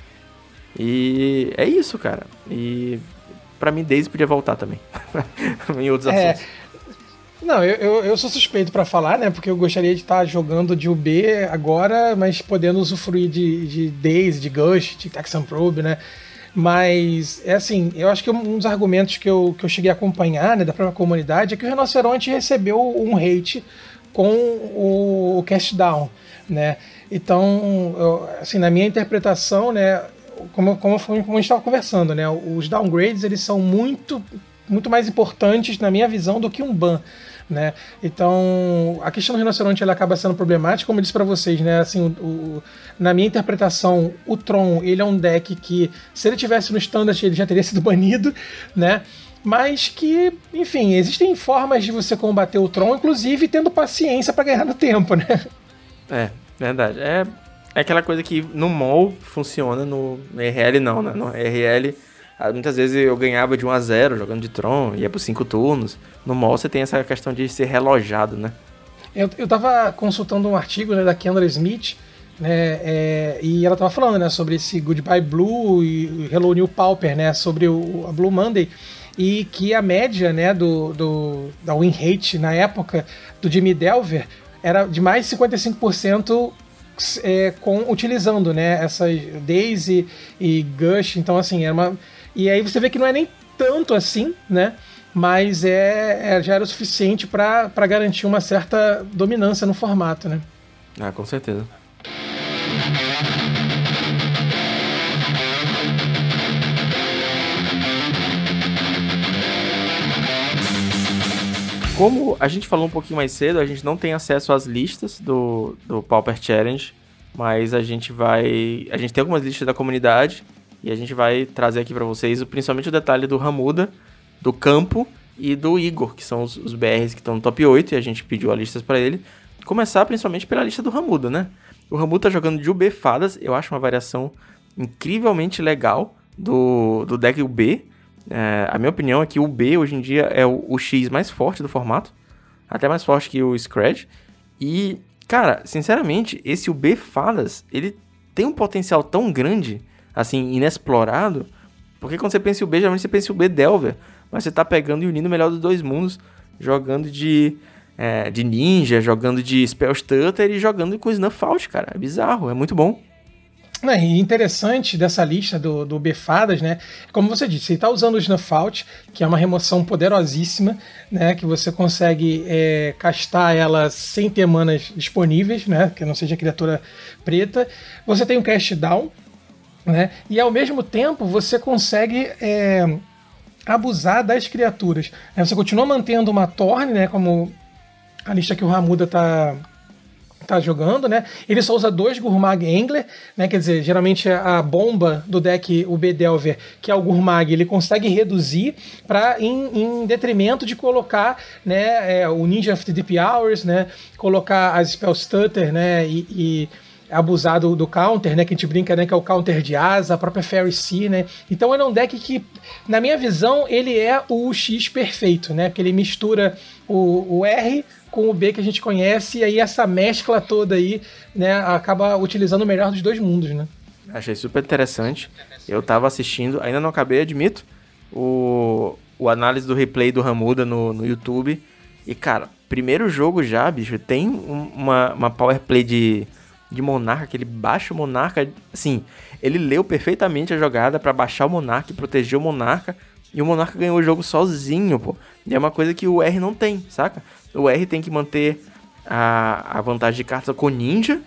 E é isso, cara. E pra mim, Daisy podia voltar também. Em outros é. assuntos. Não, eu, eu, eu sou suspeito pra falar, né? Porque eu gostaria de estar jogando de U B agora, mas podendo usufruir de, de Daisy, de Gush, de Gitaxian Probe, né? Mas, é assim, eu acho que um dos argumentos que eu, que eu cheguei a acompanhar, né, da própria comunidade é que o Rinoceronte recebeu um hate com o, o Cast Down, né? Então, eu, assim, na minha interpretação, né, como, como, como a gente estava conversando, né, os downgrades, eles são muito, muito mais importantes, na minha visão, do que um ban, né? Então, a questão do Rinoceronte ela acaba sendo problemática, como eu disse para vocês, né? Assim, o, o, na minha interpretação, o Tron ele é um deck que, se ele tivesse no Standard, ele já teria sido banido, né? Mas que, enfim, existem formas de você combater o Tron, inclusive tendo paciência para ganhar no tempo, né? É, verdade. É, é aquela coisa que no M O L funciona, no R L não, né? No R L... Muitas vezes eu ganhava de um a zero jogando de Tron, ia por cinco turnos. No M O L você tem essa questão de ser relojado, né? Eu, eu tava consultando um artigo, né, da Kendra Smith, né, é, e ela tava falando, né, sobre esse Goodbye Blue e Hello New Pauper, né, sobre o, a Blue Monday, e que a média, né, do, do, da win rate na época do Jimmy Delver era de mais de cinquenta e cinco por cento é, com, utilizando, né, essas Daisy e Gush. Então, assim, era uma... E aí você vê que não é nem tanto assim, né? Mas é, é já era o suficiente para garantir uma certa dominância no formato, né? Ah, com certeza. Como a gente falou um pouquinho mais cedo, a gente não tem acesso às listas do, do Pauper Challenge, mas a gente vai... A gente tem algumas listas da comunidade e a gente vai trazer aqui para vocês principalmente o detalhe do Ramuda, do Campo e do Igor, que são os, os B Rs que estão no top oito, e a gente pediu a lista para ele. Começar principalmente pela lista do Ramuda, né? O Ramuda tá jogando de U B Fadas, eu acho uma variação incrivelmente legal do, do deck U B. É, a minha opinião é que o U B hoje em dia é o, o X mais forte do formato, até mais forte que o Scratch. E, cara, sinceramente, esse U B Fadas, ele tem um potencial tão grande, assim, inexplorado, porque quando você pensa em U B, geralmente você pensa em U B Delver, mas você tá pegando e unindo o melhor dos dois mundos, jogando de, é, de ninja, jogando de Spell Stutter e jogando com Snuff Out, cara. É bizarro, é muito bom. É, e interessante dessa lista do, do Befadas, né? Como você disse, você está usando o Snuff Out, que é uma remoção poderosíssima, né? Que você consegue é, castar ela sem ter manas disponíveis, né? Que não seja criatura preta. Você tem o Cast Down, né? E ao mesmo tempo você consegue é, abusar das criaturas. Você continua mantendo uma Torne, né? Como a lista que o Ramuda está tá jogando, né? Ele só usa dois Gurmag Angler, né? Quer dizer, geralmente a bomba do deck, o B-Delver, que é o Gurmag, ele consegue reduzir para em, em detrimento de colocar, né, é, o Ninja of the Deep Hours, né? Colocar as Spell Stutter, né? E, e abusar do, do counter, né? Que a gente brinca, né? Que é o counter de asa, a própria Fairy Sea, né? Então ele é um deck que, na minha visão, ele é o X perfeito, né? Porque ele mistura o, o R com o B que a gente conhece, e aí essa mescla toda aí, né, acaba utilizando o melhor dos dois mundos, né? Achei super interessante. Eu tava assistindo, ainda não acabei, admito, o, o análise do replay do Ramuda no, no YouTube. E, cara, primeiro jogo já, bicho, tem uma, uma power play de, de Monarca, que ele baixa o Monarca, assim, ele leu perfeitamente a jogada pra baixar o Monarca e proteger o Monarca, e o Monarca ganhou o jogo sozinho, pô. E é uma coisa que o R não tem, saca? O R tem que manter a, a vantagem de cartas com o Ninja.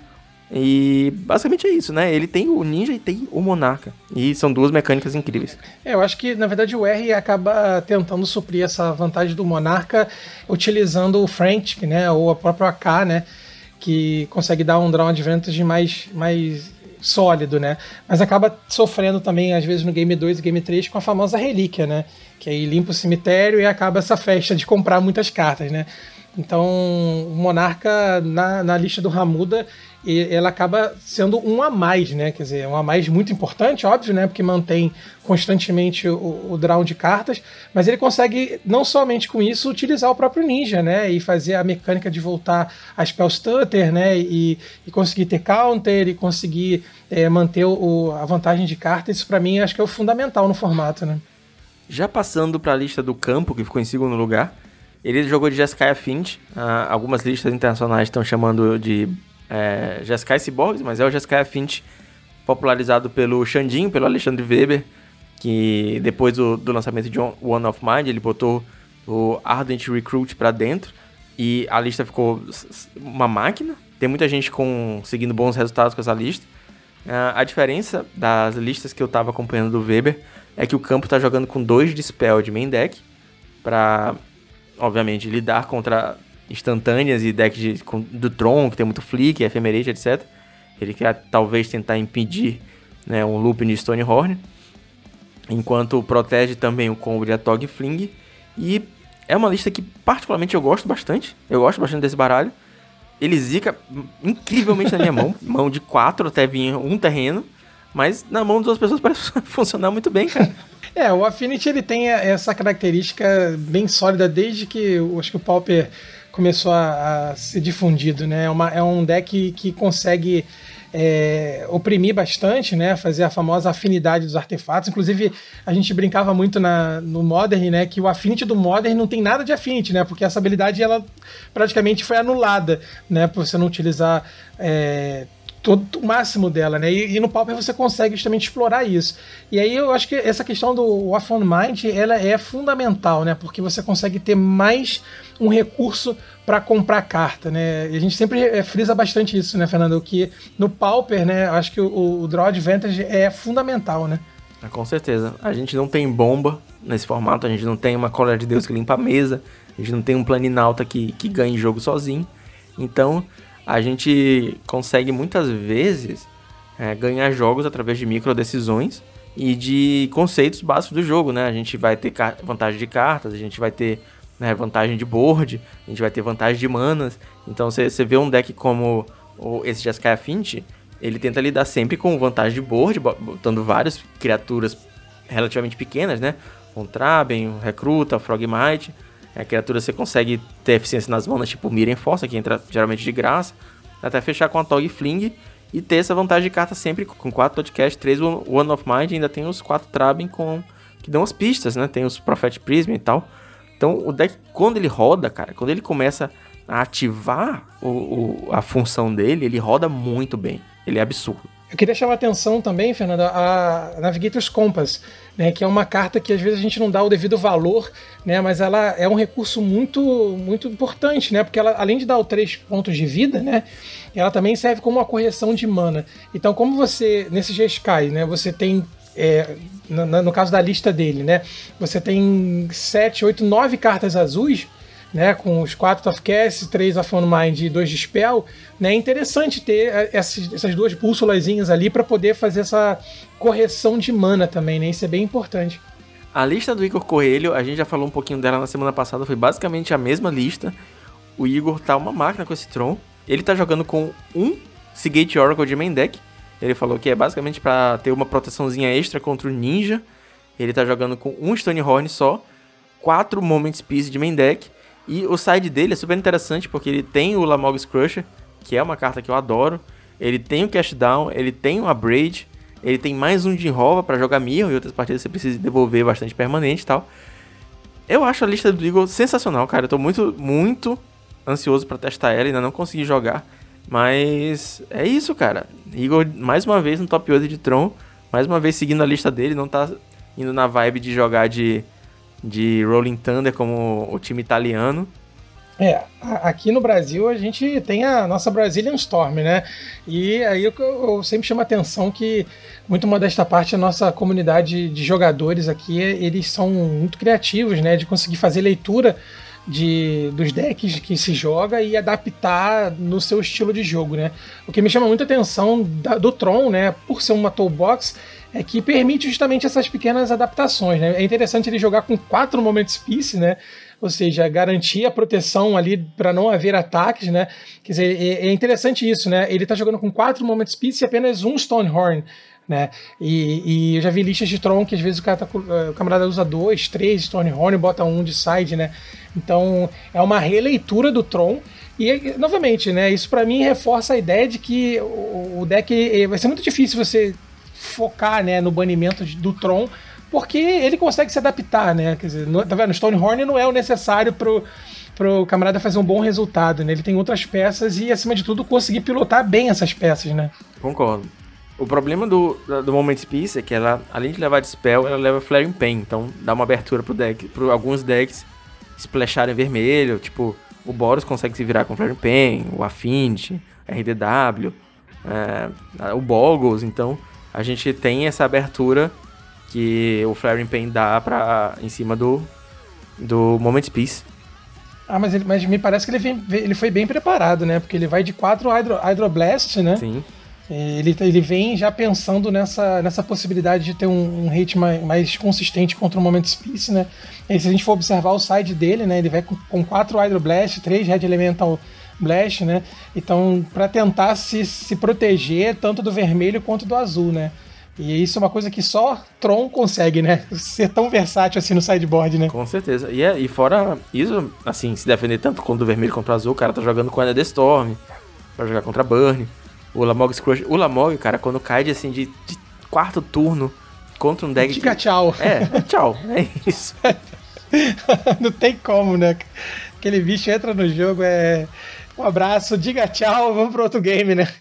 E basicamente é isso, né? Ele tem o Ninja e tem o Monarca. E são duas mecânicas incríveis. É, eu acho que, na verdade, o R acaba tentando suprir essa vantagem do Monarca utilizando o Frantic, né? Ou a própria A K, né? Que consegue dar um draw advantage mais, mais sólido, né? Mas acaba sofrendo também, às vezes, no Game dois e Game três com a famosa relíquia, né? Que aí limpa o cemitério e acaba essa festa de comprar muitas cartas, né? Então, o Monarca, na, na lista do Ramuda, ela acaba sendo um a mais, né? Quer dizer, um a mais muito importante, óbvio, né? Porque mantém constantemente o, o draw de cartas, mas ele consegue, não somente com isso, utilizar o próprio Ninja, né? E fazer a mecânica de voltar a Spell Stutter, né? E, e conseguir ter counter e conseguir é, manter o, a vantagem de cartas. Isso, pra mim, acho que é o fundamental no formato, né? Já passando para a lista do campo, que ficou em segundo lugar, ele jogou de Jeskai Affinity. Uh, algumas listas internacionais estão chamando de é, Jeskai Cyborgs, mas é o Jeskai Affinity popularizado pelo Xandinho, pelo Alexandre Weber, que depois do, do lançamento de One of Mind, ele botou o Ardent Recruit para dentro e a lista ficou uma máquina. Tem muita gente conseguindo bons resultados com essa lista. Uh, a diferença das listas que eu estava acompanhando do Weber é que o campo está jogando com dois Dispel de main deck para, obviamente, lidar contra instantâneas e decks de, com, do Tron, que tem muito flick, Ephemerate, etcétera. Ele quer talvez tentar impedir, né, um looping de Stonehorn, enquanto protege também o combo de Atog e Fling. E é uma lista que particularmente eu gosto bastante. Eu gosto bastante desse baralho. Ele zica incrivelmente na minha mão. Mão de quatro até vir um terreno. Mas na mão das outras pessoas parece funcionar muito bem, cara. É, o Affinity ele tem essa característica bem sólida desde que eu acho que o Pauper começou a, a ser difundido, né? É, uma, é um deck que consegue é, oprimir bastante, né? Fazer a famosa afinidade dos artefatos. Inclusive, a gente brincava muito na, no Modern, né? Que o Affinity do Modern não tem nada de Affinity, né? Porque essa habilidade ela praticamente foi anulada, né? Por você não utilizar É, todo o máximo dela, né? E, e no Pauper você consegue justamente explorar isso. E aí eu acho que essa questão do Off on Mind, ela é fundamental, né? Porque você consegue ter mais um recurso para comprar carta, né? E a gente sempre é, frisa bastante isso, né, Fernando? Que no Pauper, né? Eu acho que o, o Draw Advantage é fundamental, né? Com certeza. A gente não tem bomba nesse formato, a gente não tem uma Cólera de Deus que limpa a mesa, a gente não tem um Planinauta que, que ganha jogo sozinho. Então a gente consegue muitas vezes é, ganhar jogos através de micro decisões e de conceitos básicos do jogo, né? A gente vai ter vantagem de cartas, a gente vai ter, né, vantagem de board, a gente vai ter vantagem de manas. Então você vê um deck como o, esse Jeskai Affinity, ele tenta lidar sempre com vantagem de board, botando várias criaturas relativamente pequenas, né? Um Traben, um Recruta, Frogmite. É, criaturas você consegue ter eficiência nas manas, tipo Mirren Force, que entra geralmente de graça, até fechar com a Tog Fling e ter essa vantagem de carta sempre com quatro Podcast, três One of Mind, e ainda tem os quatro Traben com, que dão as pistas, né? Tem os Prophet Prism e tal. Então o deck, quando ele roda, cara, quando ele começa a ativar o, o, a função dele, ele roda muito bem. Ele é absurdo. Eu queria chamar a atenção também, Fernando, a Navigator's Compass, né, que é uma carta que às vezes a gente não dá o devido valor, né, mas ela é um recurso muito, muito importante, né, porque ela, além de dar os três pontos de vida, né, ela também serve como uma correção de mana. Então, como você, nesse Jeskai, né, você tem, é, no, no caso da lista dele, né, você tem sete, oito, nove cartas azuis, né, com os quatro of Cast, três of Mind e dois de Spell, né, é interessante ter essas, essas duas bússolazinhas ali para poder fazer essa correção de mana também, né, isso é bem importante. A lista do Igor Coelho, a gente já falou um pouquinho dela na semana passada, foi basicamente a mesma lista. O Igor tá uma máquina com esse Tron, ele tá jogando com um Seagate Oracle de main deck, ele falou que é basicamente para ter uma proteçãozinha extra contra o Ninja, ele tá jogando com um Stonehorn só, quatro Moments Peace de main deck, e o side dele é super interessante porque ele tem o Lamog's Crusher, que é uma carta que eu adoro, ele tem o Cash Down, ele tem o Abrade, ele tem mais um de Rova pra jogar Mirror, e outras partidas você precisa devolver bastante permanente e tal. Eu acho a lista do Eagle sensacional, cara, eu tô muito, muito ansioso pra testar ela, ainda não consegui jogar, mas é isso, cara. Eagle mais uma vez no top oito de Tron, mais uma vez seguindo a lista dele, não tá indo na vibe de jogar de... de Rolling Thunder como o time italiano. É, aqui no Brasil a gente tem a nossa Brazilian Storm, né? E aí eu, eu sempre chamo a atenção que, muito modesta parte, a nossa comunidade de jogadores aqui, eles são muito criativos, né? De conseguir fazer leitura de, dos decks que se joga e adaptar no seu estilo de jogo, né? O que me chama muita atenção da, do Tron, né? Por ser uma toolbox, é que permite justamente essas pequenas adaptações, né? É interessante ele jogar com quatro Moments Peace, né? Ou seja, garantir a proteção ali para não haver ataques, né? Quer dizer, é, é interessante isso, né? Ele tá jogando com quatro Moments Peace e apenas um Stonehorn, né? E, e eu já vi listas de Tron que às vezes o, cara tá, o camarada usa dois, três Stonehorn e bota um de side, né? Então é uma releitura do Tron. E, novamente, né? Isso para mim reforça a ideia de que o, o deck vai ser muito difícil você focar, né, no banimento do Tron, porque ele consegue se adaptar, né? Quer dizer, no, tá vendo? O Stonehorn não é o necessário pro, pro camarada fazer um bom resultado, né? Ele tem outras peças e, acima de tudo, conseguir pilotar bem essas peças, né? Concordo. O problema do, do Moments Peace é que ela, além de levar Dispel, ela leva Flaring Pain, então dá uma abertura pro deck, pro alguns decks splasharem vermelho, tipo, o Boros consegue se virar com Flaring Pain, o Affinity, R D W, é, o Boggles, então a gente tem essa abertura que o Flaring Pain dá pra, em cima do, do Moments Peace. Ah, mas, ele, mas me parece que ele, vem, ele foi bem preparado, né? Porque ele vai de quatro Hydro, Hydroblast, né? Sim. Ele, ele vem já pensando nessa, nessa possibilidade de ter um, um hate mais, mais consistente contra o Moments Peace, né? E se a gente for observar o side dele, né? Ele vai com, com quatro Hydroblast, três Red Elemental Blast, né? Então, para tentar se, se proteger tanto do vermelho quanto do azul, né? E isso é uma coisa que só Tron consegue, né? Ser tão versátil assim no sideboard, né? Com certeza. E, é, e fora isso, assim, se defender tanto contra o vermelho quanto o azul, o cara tá jogando com a Nether Storm, pra jogar contra a Burn. O Lamog's Crush. O Lamog, cara, quando cai de, assim, de, de quarto turno contra um deck... Diga tchau. É, tchau. É isso. Não tem como, né? Aquele bicho entra no jogo, é... Um abraço, diga tchau, vamos pro outro game, né?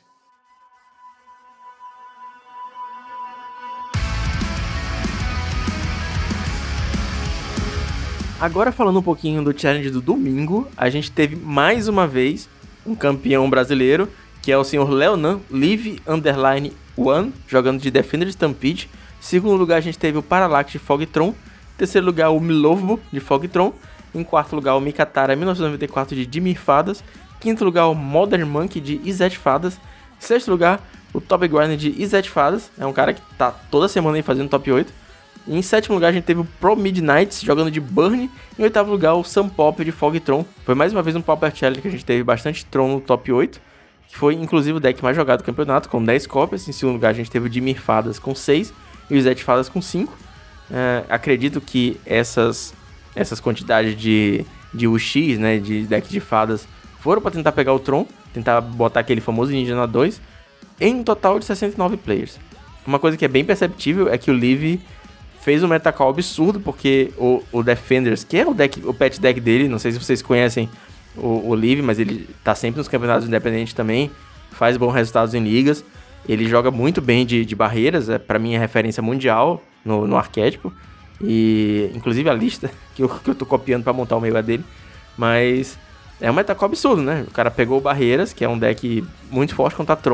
Agora falando um pouquinho do challenge do domingo, a gente teve mais uma vez um campeão brasileiro, que é o senhor Leonan, Live Underline One, jogando de Defender de Stampede. Segundo lugar a gente teve o Parallax de Fogtron. Terceiro lugar o Milovbo de Fogtron. Em quarto lugar o Mikatara mil novecentos e noventa e quatro de Dimir Fadas. Quinto lugar o Modern Monkey de Izet Fadas. Sexto lugar o Top Grinder de Izet Fadas. É um cara que tá toda semana aí fazendo top oito. E em sétimo lugar a gente teve o Pro Midnights jogando de Burn. Em oitavo lugar o Sam Pop de Fogtron. Foi mais uma vez um Pauper Challenge que a gente teve bastante Tron no top oito. Que foi inclusive o deck mais jogado do campeonato, com dez cópias. Em segundo lugar a gente teve o Dimir Fadas com seis e o Izet Fadas com cinco. É, acredito que essas, essas quantidades de, de U X, né, de deck de fadas, foram para tentar pegar o Tron, tentar botar aquele famoso Ninja na dois, em um total de sessenta e nove players. Uma coisa que é bem perceptível é que o Live fez um metacall absurdo, porque o, o Defenders, que é o, deck, o pet deck dele, não sei se vocês conhecem o, o Live, mas ele tá sempre nos campeonatos independentes também, faz bons resultados em ligas, ele joga muito bem de, de barreiras, é, para mim é referência mundial no, no arquétipo, e inclusive a lista que eu, que eu tô copiando para montar o meio dele, mas é um metacall absurdo, né? O cara pegou barreiras, que é um deck muito forte contra Tron,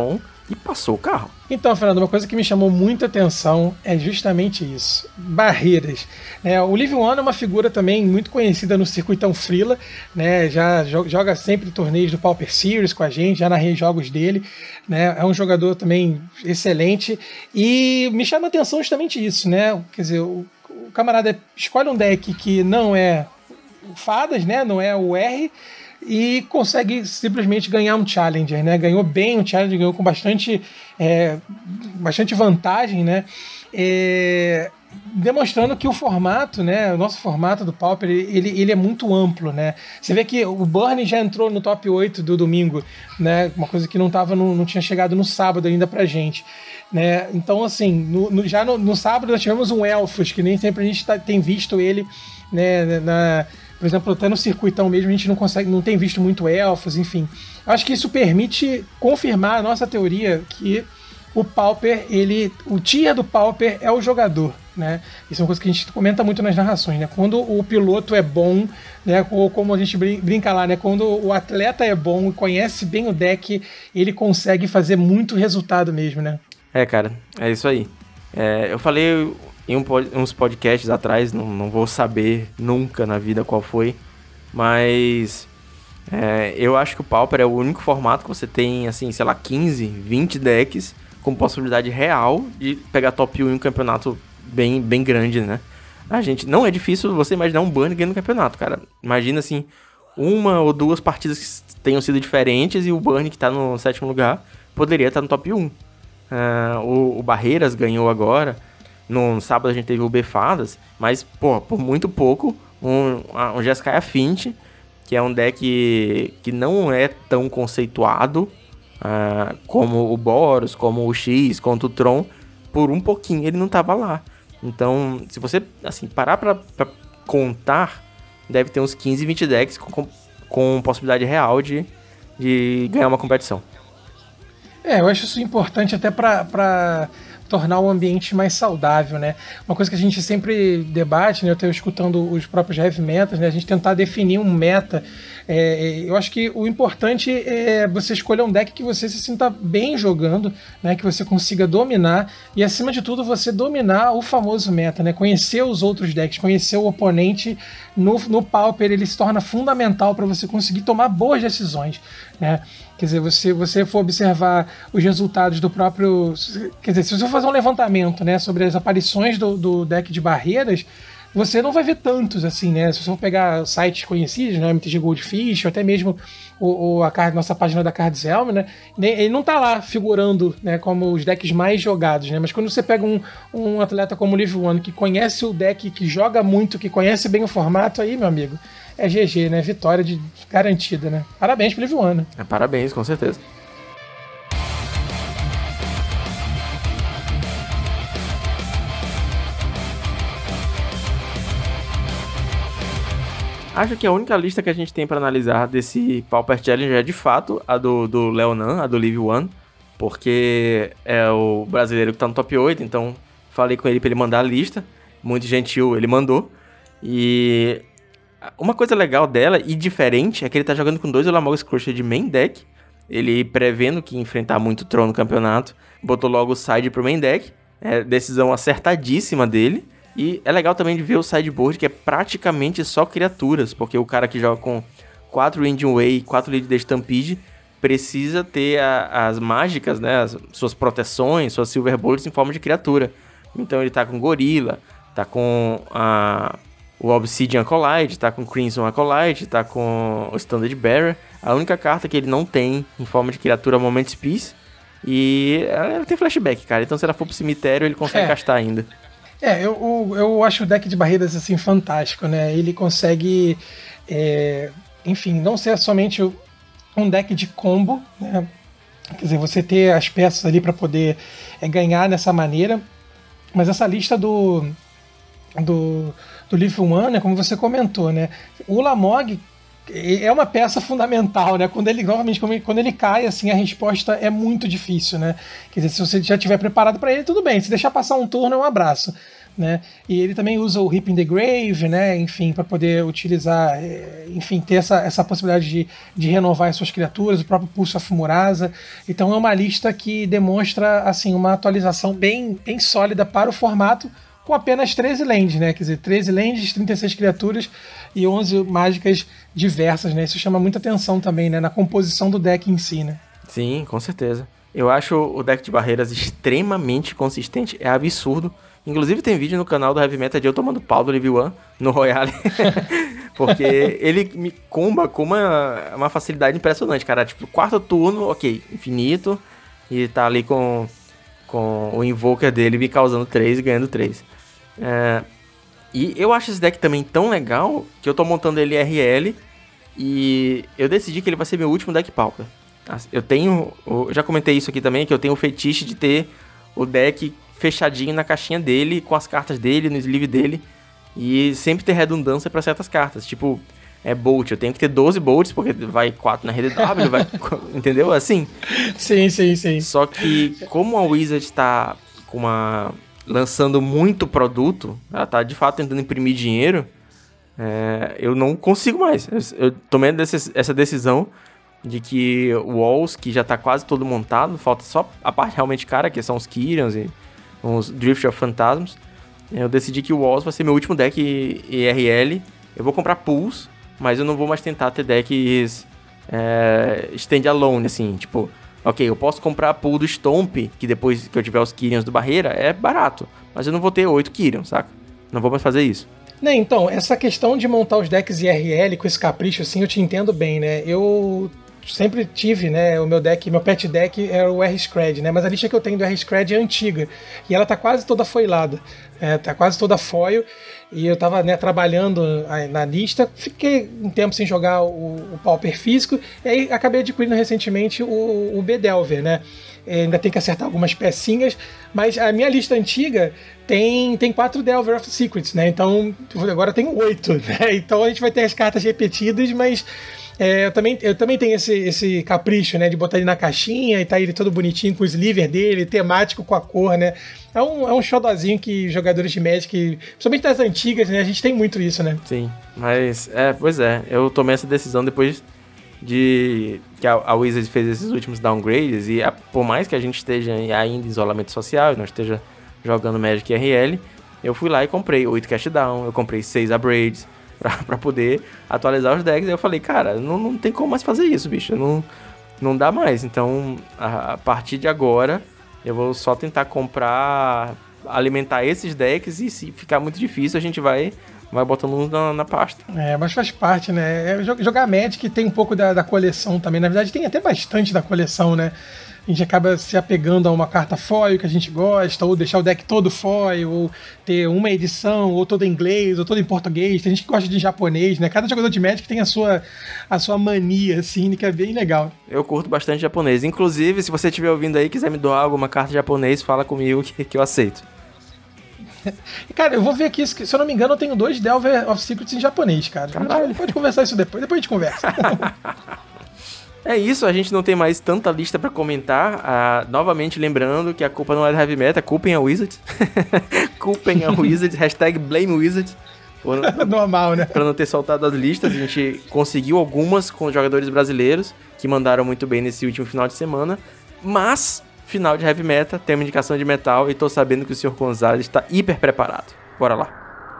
e passou o carro. Então, Fernando, uma coisa que me chamou muita atenção é justamente isso, barreiras. É, o Live One é uma figura também muito conhecida no circuitão Freela, né, já joga sempre torneios do Pauper Series com a gente, já narrei jogos dele, né, é um jogador também excelente, e me chama a atenção justamente isso, né, quer dizer, o, o camarada escolhe um deck que não é fadas, né, não é o R, e consegue simplesmente ganhar um Challenger, né? Ganhou bem um Challenger, ganhou com bastante, é, bastante vantagem, né? É, demonstrando que o formato, né? O nosso formato do Pauper, ele, ele é muito amplo, né? Você vê que o Burn já entrou no top oito do domingo, né? Uma coisa que não, tava no, não tinha chegado no sábado ainda pra gente. Né? Então, assim, no, no, já no, no sábado nós tivemos um Elfos, que nem sempre a gente tá, tem visto ele, né, na... Por exemplo, até no circuitão mesmo a gente não consegue, não tem visto muito elfos, enfim. Acho que isso permite confirmar a nossa teoria que o Pauper, ele, o tier do Pauper é o jogador, né? Isso é uma coisa que a gente comenta muito nas narrações, né? Quando o piloto é bom, né? Ou como a gente brinca lá, né? Quando o atleta é bom e conhece bem o deck, ele consegue fazer muito resultado mesmo, né? É, cara, é isso aí. É, eu falei em um, uns podcasts atrás, não, não vou saber nunca na vida qual foi, mas é, eu acho que o Pauper é o único formato que você tem, assim, sei lá, quinze, vinte decks com possibilidade real de pegar top um em um campeonato bem, bem grande, né? A gente, não é difícil você imaginar um Burn ganhando campeonato, cara. Imagina, assim, uma ou duas partidas que tenham sido diferentes e o Burn, que tá no sétimo lugar, poderia estar no top um. Uh, o, o Barreiras ganhou agora. No sábado a gente teve o Befadas, mas, pô, por muito pouco, um, um Jeskai Affinity, que é um deck que não é tão conceituado uh, como o Boros, como o X, como o Tron, por um pouquinho ele não tava lá. Então, se você, assim, parar pra, pra contar, deve ter uns quinze, vinte decks com, com, com possibilidade real de, de ganhar uma competição. É, eu acho isso importante até pra... pra... tornar o ambiente mais saudável, né? Uma coisa que a gente sempre debate, né? Eu estou escutando os próprios heavy metals, né? A gente tentar definir um meta. É, eu acho que o importante é você escolher um deck que você se sinta bem jogando, né? Que você consiga dominar e, acima de tudo, você dominar o famoso meta, né? Conhecer os outros decks, conhecer o oponente no, no Pauper, ele se torna fundamental para você conseguir tomar boas decisões, né? Quer dizer, você, você for observar os resultados do próprio... Quer dizer, se você for fazer um levantamento, né, sobre as aparições do, do deck de barreiras, você não vai ver tantos, assim, né? Se você for pegar sites conhecidos, né, M T G Goldfish, ou até mesmo o, o, a card, nossa página da Cards Helm, né, ele não tá lá figurando, né, como os decks mais jogados, né? Mas quando você pega um, um atleta como o Live One, que conhece o deck, que joga muito, que conhece bem o formato, aí, meu amigo... é G G, né? Vitória de garantida, né? Parabéns pro Live One, né? É, parabéns, com certeza. Acho que a única lista que a gente tem para analisar desse Pauper Challenge é, de fato, a do, do Leonan, a do Live One, porque é o brasileiro que tá no top oito, então falei com ele para ele mandar a lista. Muito gentil, ele mandou. E... uma coisa legal dela e diferente é que ele tá jogando com dois Ulamog's Crusher de main deck. Ele, prevendo que ia enfrentar muito Tron no campeonato, botou logo o side pro main deck. É decisão acertadíssima dele. E é legal também de ver o sideboard, que é praticamente só criaturas, porque o cara que joga com quatro Indian Way e quatro Lead de Stampede precisa ter a, as mágicas, né, as suas proteções, suas Silver Bullets em forma de criatura. Então ele tá com Gorila, tá com a... o Obsidian Acolyte, tá com o Crimson Acolyte, tá com o Standard Bearer. A única carta que ele não tem em forma de criatura é o Moment's Peace. E ela tem flashback, cara. Então se ela for pro cemitério, ele consegue é. castar ainda. É, eu, eu, eu acho o deck de barreiras assim fantástico, né? Ele consegue, é, enfim, não ser somente um deck de combo, né? Quer dizer, você ter as peças ali para poder é, ganhar dessa maneira. Mas essa lista do... do do Live One, né, como você comentou, né, o Ulamog é uma peça fundamental, né, quando ele, novamente, quando ele cai, assim, a resposta é muito difícil, né, quer dizer, se você já estiver preparado para ele, tudo bem, se deixar passar um turno é um abraço, né? E ele também usa o Hip in the Grave, né? Enfim, para poder utilizar, enfim, ter essa, essa possibilidade de, de renovar as suas criaturas, o próprio Pulse of Murasa. Então é uma lista que demonstra assim, uma atualização bem, bem sólida para o formato, com apenas treze lands, né? Quer dizer, treze lands, trinta e seis criaturas e onze mágicas diversas, né? Isso chama muita atenção também, né? Na composição do deck em si, né? Sim, com certeza. Eu acho o deck de barreiras extremamente consistente, é absurdo. Inclusive tem vídeo no canal do Heavy Metal de eu tomando pau do Level um no Royale. Porque ele me comba com uma, uma facilidade impressionante, cara. Tipo, quarto turno, ok, infinito. E tá ali com, com o Invoker dele me causando três e ganhando três. É, e eu acho esse deck também tão legal que eu tô montando ele R L. E eu decidi que ele vai ser meu último deck Pauper. Eu tenho, eu já comentei isso aqui também, que eu tenho o fetiche de ter o deck fechadinho na caixinha dele, com as cartas dele, no sleeve dele, e sempre ter redundância para certas cartas, tipo, é Bolt, eu tenho que ter doze Bolts, porque vai quatro na R D W, vai, entendeu? Assim. Sim, sim, sim. Só que, como a Wizard tá com uma, lançando muito produto, ela tá de fato tentando imprimir dinheiro, é, eu não consigo mais. Eu, eu tomei essa decisão de que o Walls, que já tá quase todo montado, falta só a parte realmente cara, que são os Kyrians e os Drift of Phantasms. Eu decidi que o Walls vai ser meu último deck E R L. Eu vou comprar pools, mas eu não vou mais tentar ter decks é, stand-alone, assim, tipo, ok, eu posso comprar a pool do Stomp, que depois que eu tiver os Kyrians do Barreira, é barato, mas eu não vou ter oito Kyrians, saca? Não vou mais fazer isso. Né, então, essa questão de montar os decks I R L com esse capricho, assim, eu te entendo bem, né? Eu sempre tive, né, o meu deck, meu pet deck era o R-Scred, né, mas a lista que eu tenho do R-Scred é antiga, e ela tá quase toda foilada, é, tá quase toda foil, e eu tava, né, trabalhando na lista, fiquei um tempo sem jogar o, o Pauper físico, e aí acabei adquirindo recentemente o, o B-Delver, né, é, ainda tem que acertar algumas pecinhas, mas a minha lista antiga tem, tem quatro Delver of Secrets, né, então agora tem oito, né, então a gente vai ter as cartas repetidas, mas É, eu, também, eu também tenho esse, esse capricho, né, de botar ele na caixinha e tá ele todo bonitinho com o sliver dele, temático com a cor, né. É um, é um xodozinho que jogadores de Magic, principalmente das antigas, né, a gente tem muito isso, né. Sim, mas, é, pois é, eu tomei essa decisão depois de que a, a Wizard fez esses últimos downgrades e a, por mais que a gente esteja ainda em isolamento social e não esteja jogando Magic R L, eu fui lá e comprei oito Cast Down, eu comprei seis Abrades, Pra, pra poder atualizar os decks. Aí eu falei, cara, não, não tem como mais fazer isso, bicho. Não, não dá mais. Então, a, a partir de agora, eu vou só tentar comprar, alimentar esses decks e se ficar muito difícil, a gente vai, vai botando uns na, na pasta. É, mas faz parte, né? É, jogar Magic tem um pouco da, da coleção também. Na verdade, tem até bastante da coleção, né? A gente acaba se apegando a uma carta foil que a gente gosta, ou deixar o deck todo foil, ou ter uma edição, ou toda em inglês, ou toda em português. Tem gente que gosta de japonês, né? Cada jogador de Magic tem a sua, a sua mania, assim, que é bem legal. Eu curto bastante japonês. Inclusive, se você estiver ouvindo aí e quiser me doar alguma carta japonês, fala comigo que, que eu aceito. Cara, eu vou ver aqui, se eu não me engano, eu tenho dois Delver of Secrets em japonês, cara. A gente pode conversar isso depois, depois a gente conversa. É isso, a gente não tem mais tanta lista pra comentar. Ah, novamente lembrando que a culpa não é da Heavy Metal, culpem a Wizards. Culpem a Wizards, hashtag blame Wizards. Normal, né? Pra não ter soltado as listas, a gente conseguiu algumas com jogadores brasileiros que mandaram muito bem nesse último final de semana. Mas, final de Heavy Metal, tem uma indicação de metal e tô sabendo que o senhor Gonzalez está hiper preparado. Bora lá.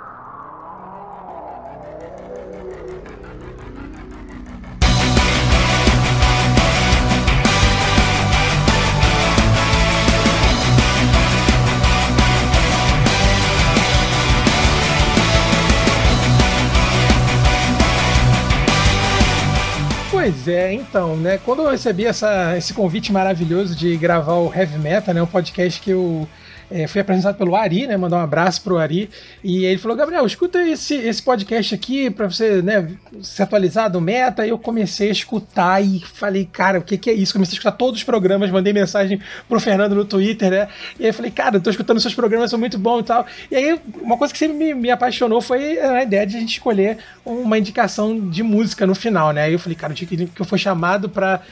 Pois é, então, né, quando eu recebi essa, esse convite maravilhoso de gravar o Heavy Metal, né, um podcast que eu é, fui apresentado pelo Ari, né, mandar um abraço pro Ari, e ele falou, Gabriel, escuta esse, esse podcast aqui pra você, né, se atualizar do meta, e eu comecei a escutar e falei, cara, o que que é isso? Comecei a escutar todos os programas, mandei mensagem pro Fernando no Twitter, né, e aí eu falei, cara, eu tô escutando seus programas, são muito bons e tal, e aí uma coisa que sempre me, me apaixonou foi a ideia de a gente escolher uma indicação de música no final, né, aí eu falei, cara, o dia que eu for chamado pra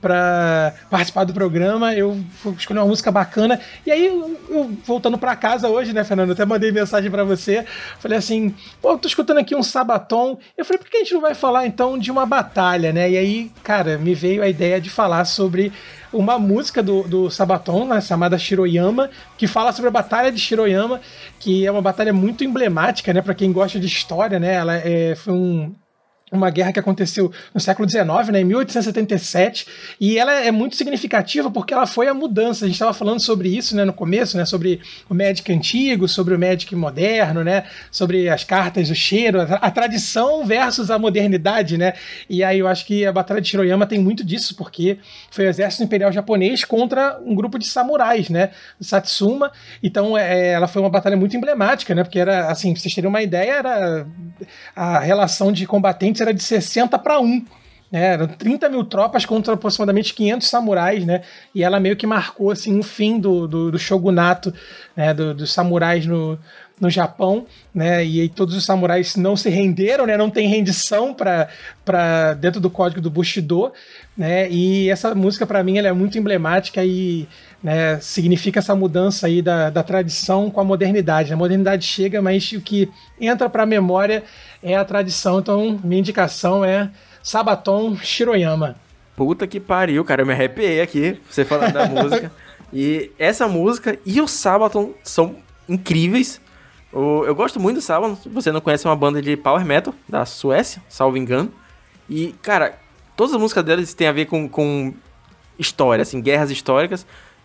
pra participar do programa. Eu escolhi uma música bacana. E aí, eu, eu voltando pra casa hoje, né, Fernando? Eu até mandei mensagem pra você. Falei assim, pô, tô escutando aqui um Sabaton. Eu falei, por que a gente não vai falar, então, de uma batalha, né? E aí, cara, me veio a ideia de falar sobre uma música do, do Sabaton, né, chamada Shiroyama, que fala sobre a Batalha de Shiroyama, que é uma batalha muito emblemática, né, para quem gosta de história, né, ela é, foi um... uma guerra que aconteceu no século dezenove, né, em mil oitocentos e setenta e sete, e ela é muito significativa porque ela foi a mudança. A gente estava falando sobre isso, né, no começo, né, sobre o Magic antigo, sobre o Magic moderno, né, sobre as cartas, o cheiro, a, a tradição versus a modernidade, né, e aí eu acho que a Batalha de Shiroyama tem muito disso, porque foi o exército imperial japonês contra um grupo de samurais, né, Satsuma. Então é, ela foi uma batalha muito emblemática, né, porque era, assim, pra vocês terem uma ideia, era a relação de combatentes era de sessenta para um, né? Eram trinta mil tropas contra aproximadamente quinhentos samurais, né? E ela meio que marcou assim, um fim do, do, do shogunato, né? do, dos samurais no, no Japão, né? E aí todos os samurais não se renderam, né? Não tem rendição para dentro do código do Bushido, né? E essa música, para mim, ela é muito emblemática e, né, significa essa mudança aí da, da tradição com a modernidade. A modernidade chega, mas o que entra para a memória é a tradição. Então, minha indicação é Sabaton Shiroyama. Puta que pariu, cara. Eu me arrepiei aqui, você falando da música. E essa música e o Sabaton são incríveis. Eu gosto muito do Sabaton. Se você não conhece, é uma banda de power metal da Suécia, salvo engano. E, cara, todas as músicas deles têm a ver com, com história, assim, guerras históricas.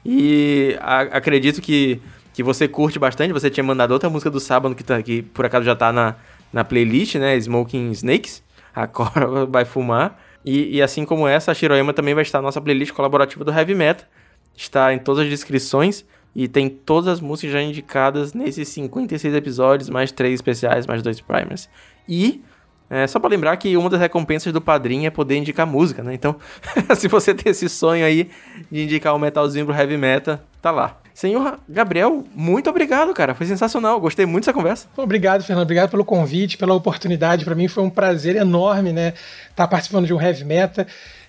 E a, acredito que, que você curte bastante. Você tinha mandado outra música do Sabaton que, tá, que por acaso já tá na, na playlist, né? Smoking Snakes. A Cora vai fumar. E, e assim como essa, a Shiroyama também vai estar na nossa playlist colaborativa do Heavy Metal. Está em todas as descrições. E tem todas as músicas já indicadas nesses cinquenta e seis episódios, mais três especiais, mais dois primers. E é, só pra lembrar que uma das recompensas do Padrim é poder indicar música, né? Então, se você tem esse sonho aí de indicar um metalzinho pro Heavy Metal, tá lá. Senhor Gabriel, muito obrigado, cara. Foi sensacional. Gostei muito dessa conversa. Obrigado, Fernando. Obrigado pelo convite, pela oportunidade. Para mim foi um prazer enorme, né, estar participando de um Heavy Metal.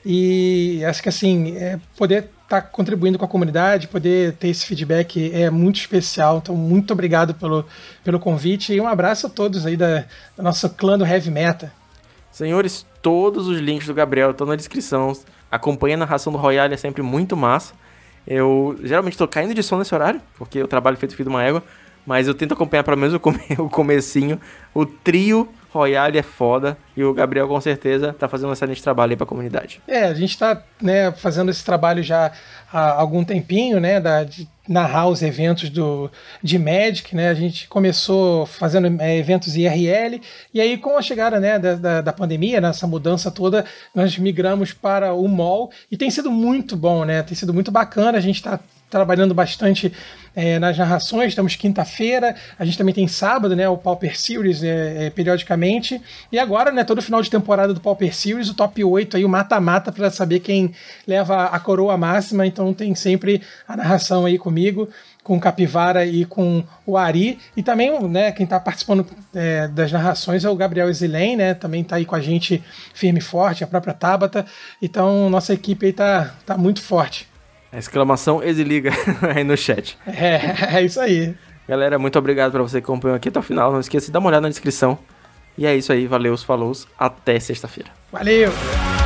E acho que, assim, é, poder estar contribuindo com a comunidade, poder ter esse feedback é muito especial. Então, muito obrigado pelo, pelo convite. E um abraço a todos aí da, do nosso clã do Heavy Metal. Senhores, todos os links do Gabriel estão na descrição. Acompanhe a narração do Royale, é sempre muito massa. Eu geralmente estou caindo de sono nesse horário, porque eu trabalho feito filho de uma égua, mas eu tento acompanhar pelo menos o, come- o comecinho. O trio Royale é foda, e o Gabriel com certeza tá fazendo um excelente trabalho aí pra comunidade. É, a gente tá, né, fazendo esse trabalho já há algum tempinho, né, da, de narrar os eventos do, de Magic, né, a gente começou fazendo é, eventos I R L, e aí com a chegada, né, da, da, da pandemia, nessa mudança toda, nós migramos para o M O L, e tem sido muito bom, né, tem sido muito bacana, a gente tá trabalhando bastante é, nas narrações. Estamos quinta-feira, a gente também tem sábado, né, o Pauper Series é, é, periodicamente, e agora, né, todo final de temporada do Pauper Series, o top oito aí, o mata-mata, para saber quem leva a coroa máxima. Então tem sempre a narração aí comigo, com o Capivara e com o Ari, e também, né, quem está participando é, das narrações é o Gabriel Zilém, né, também está aí com a gente firme e forte, a própria Tabata. Então nossa equipe aí tá, tá muito forte. A exclamação exiliga aí no chat. É, é isso aí. Galera, muito obrigado pra você que acompanhou aqui até o final. Não esqueça de dar uma olhada na descrição. E é isso aí, valeu, falou, até sexta-feira. Valeu!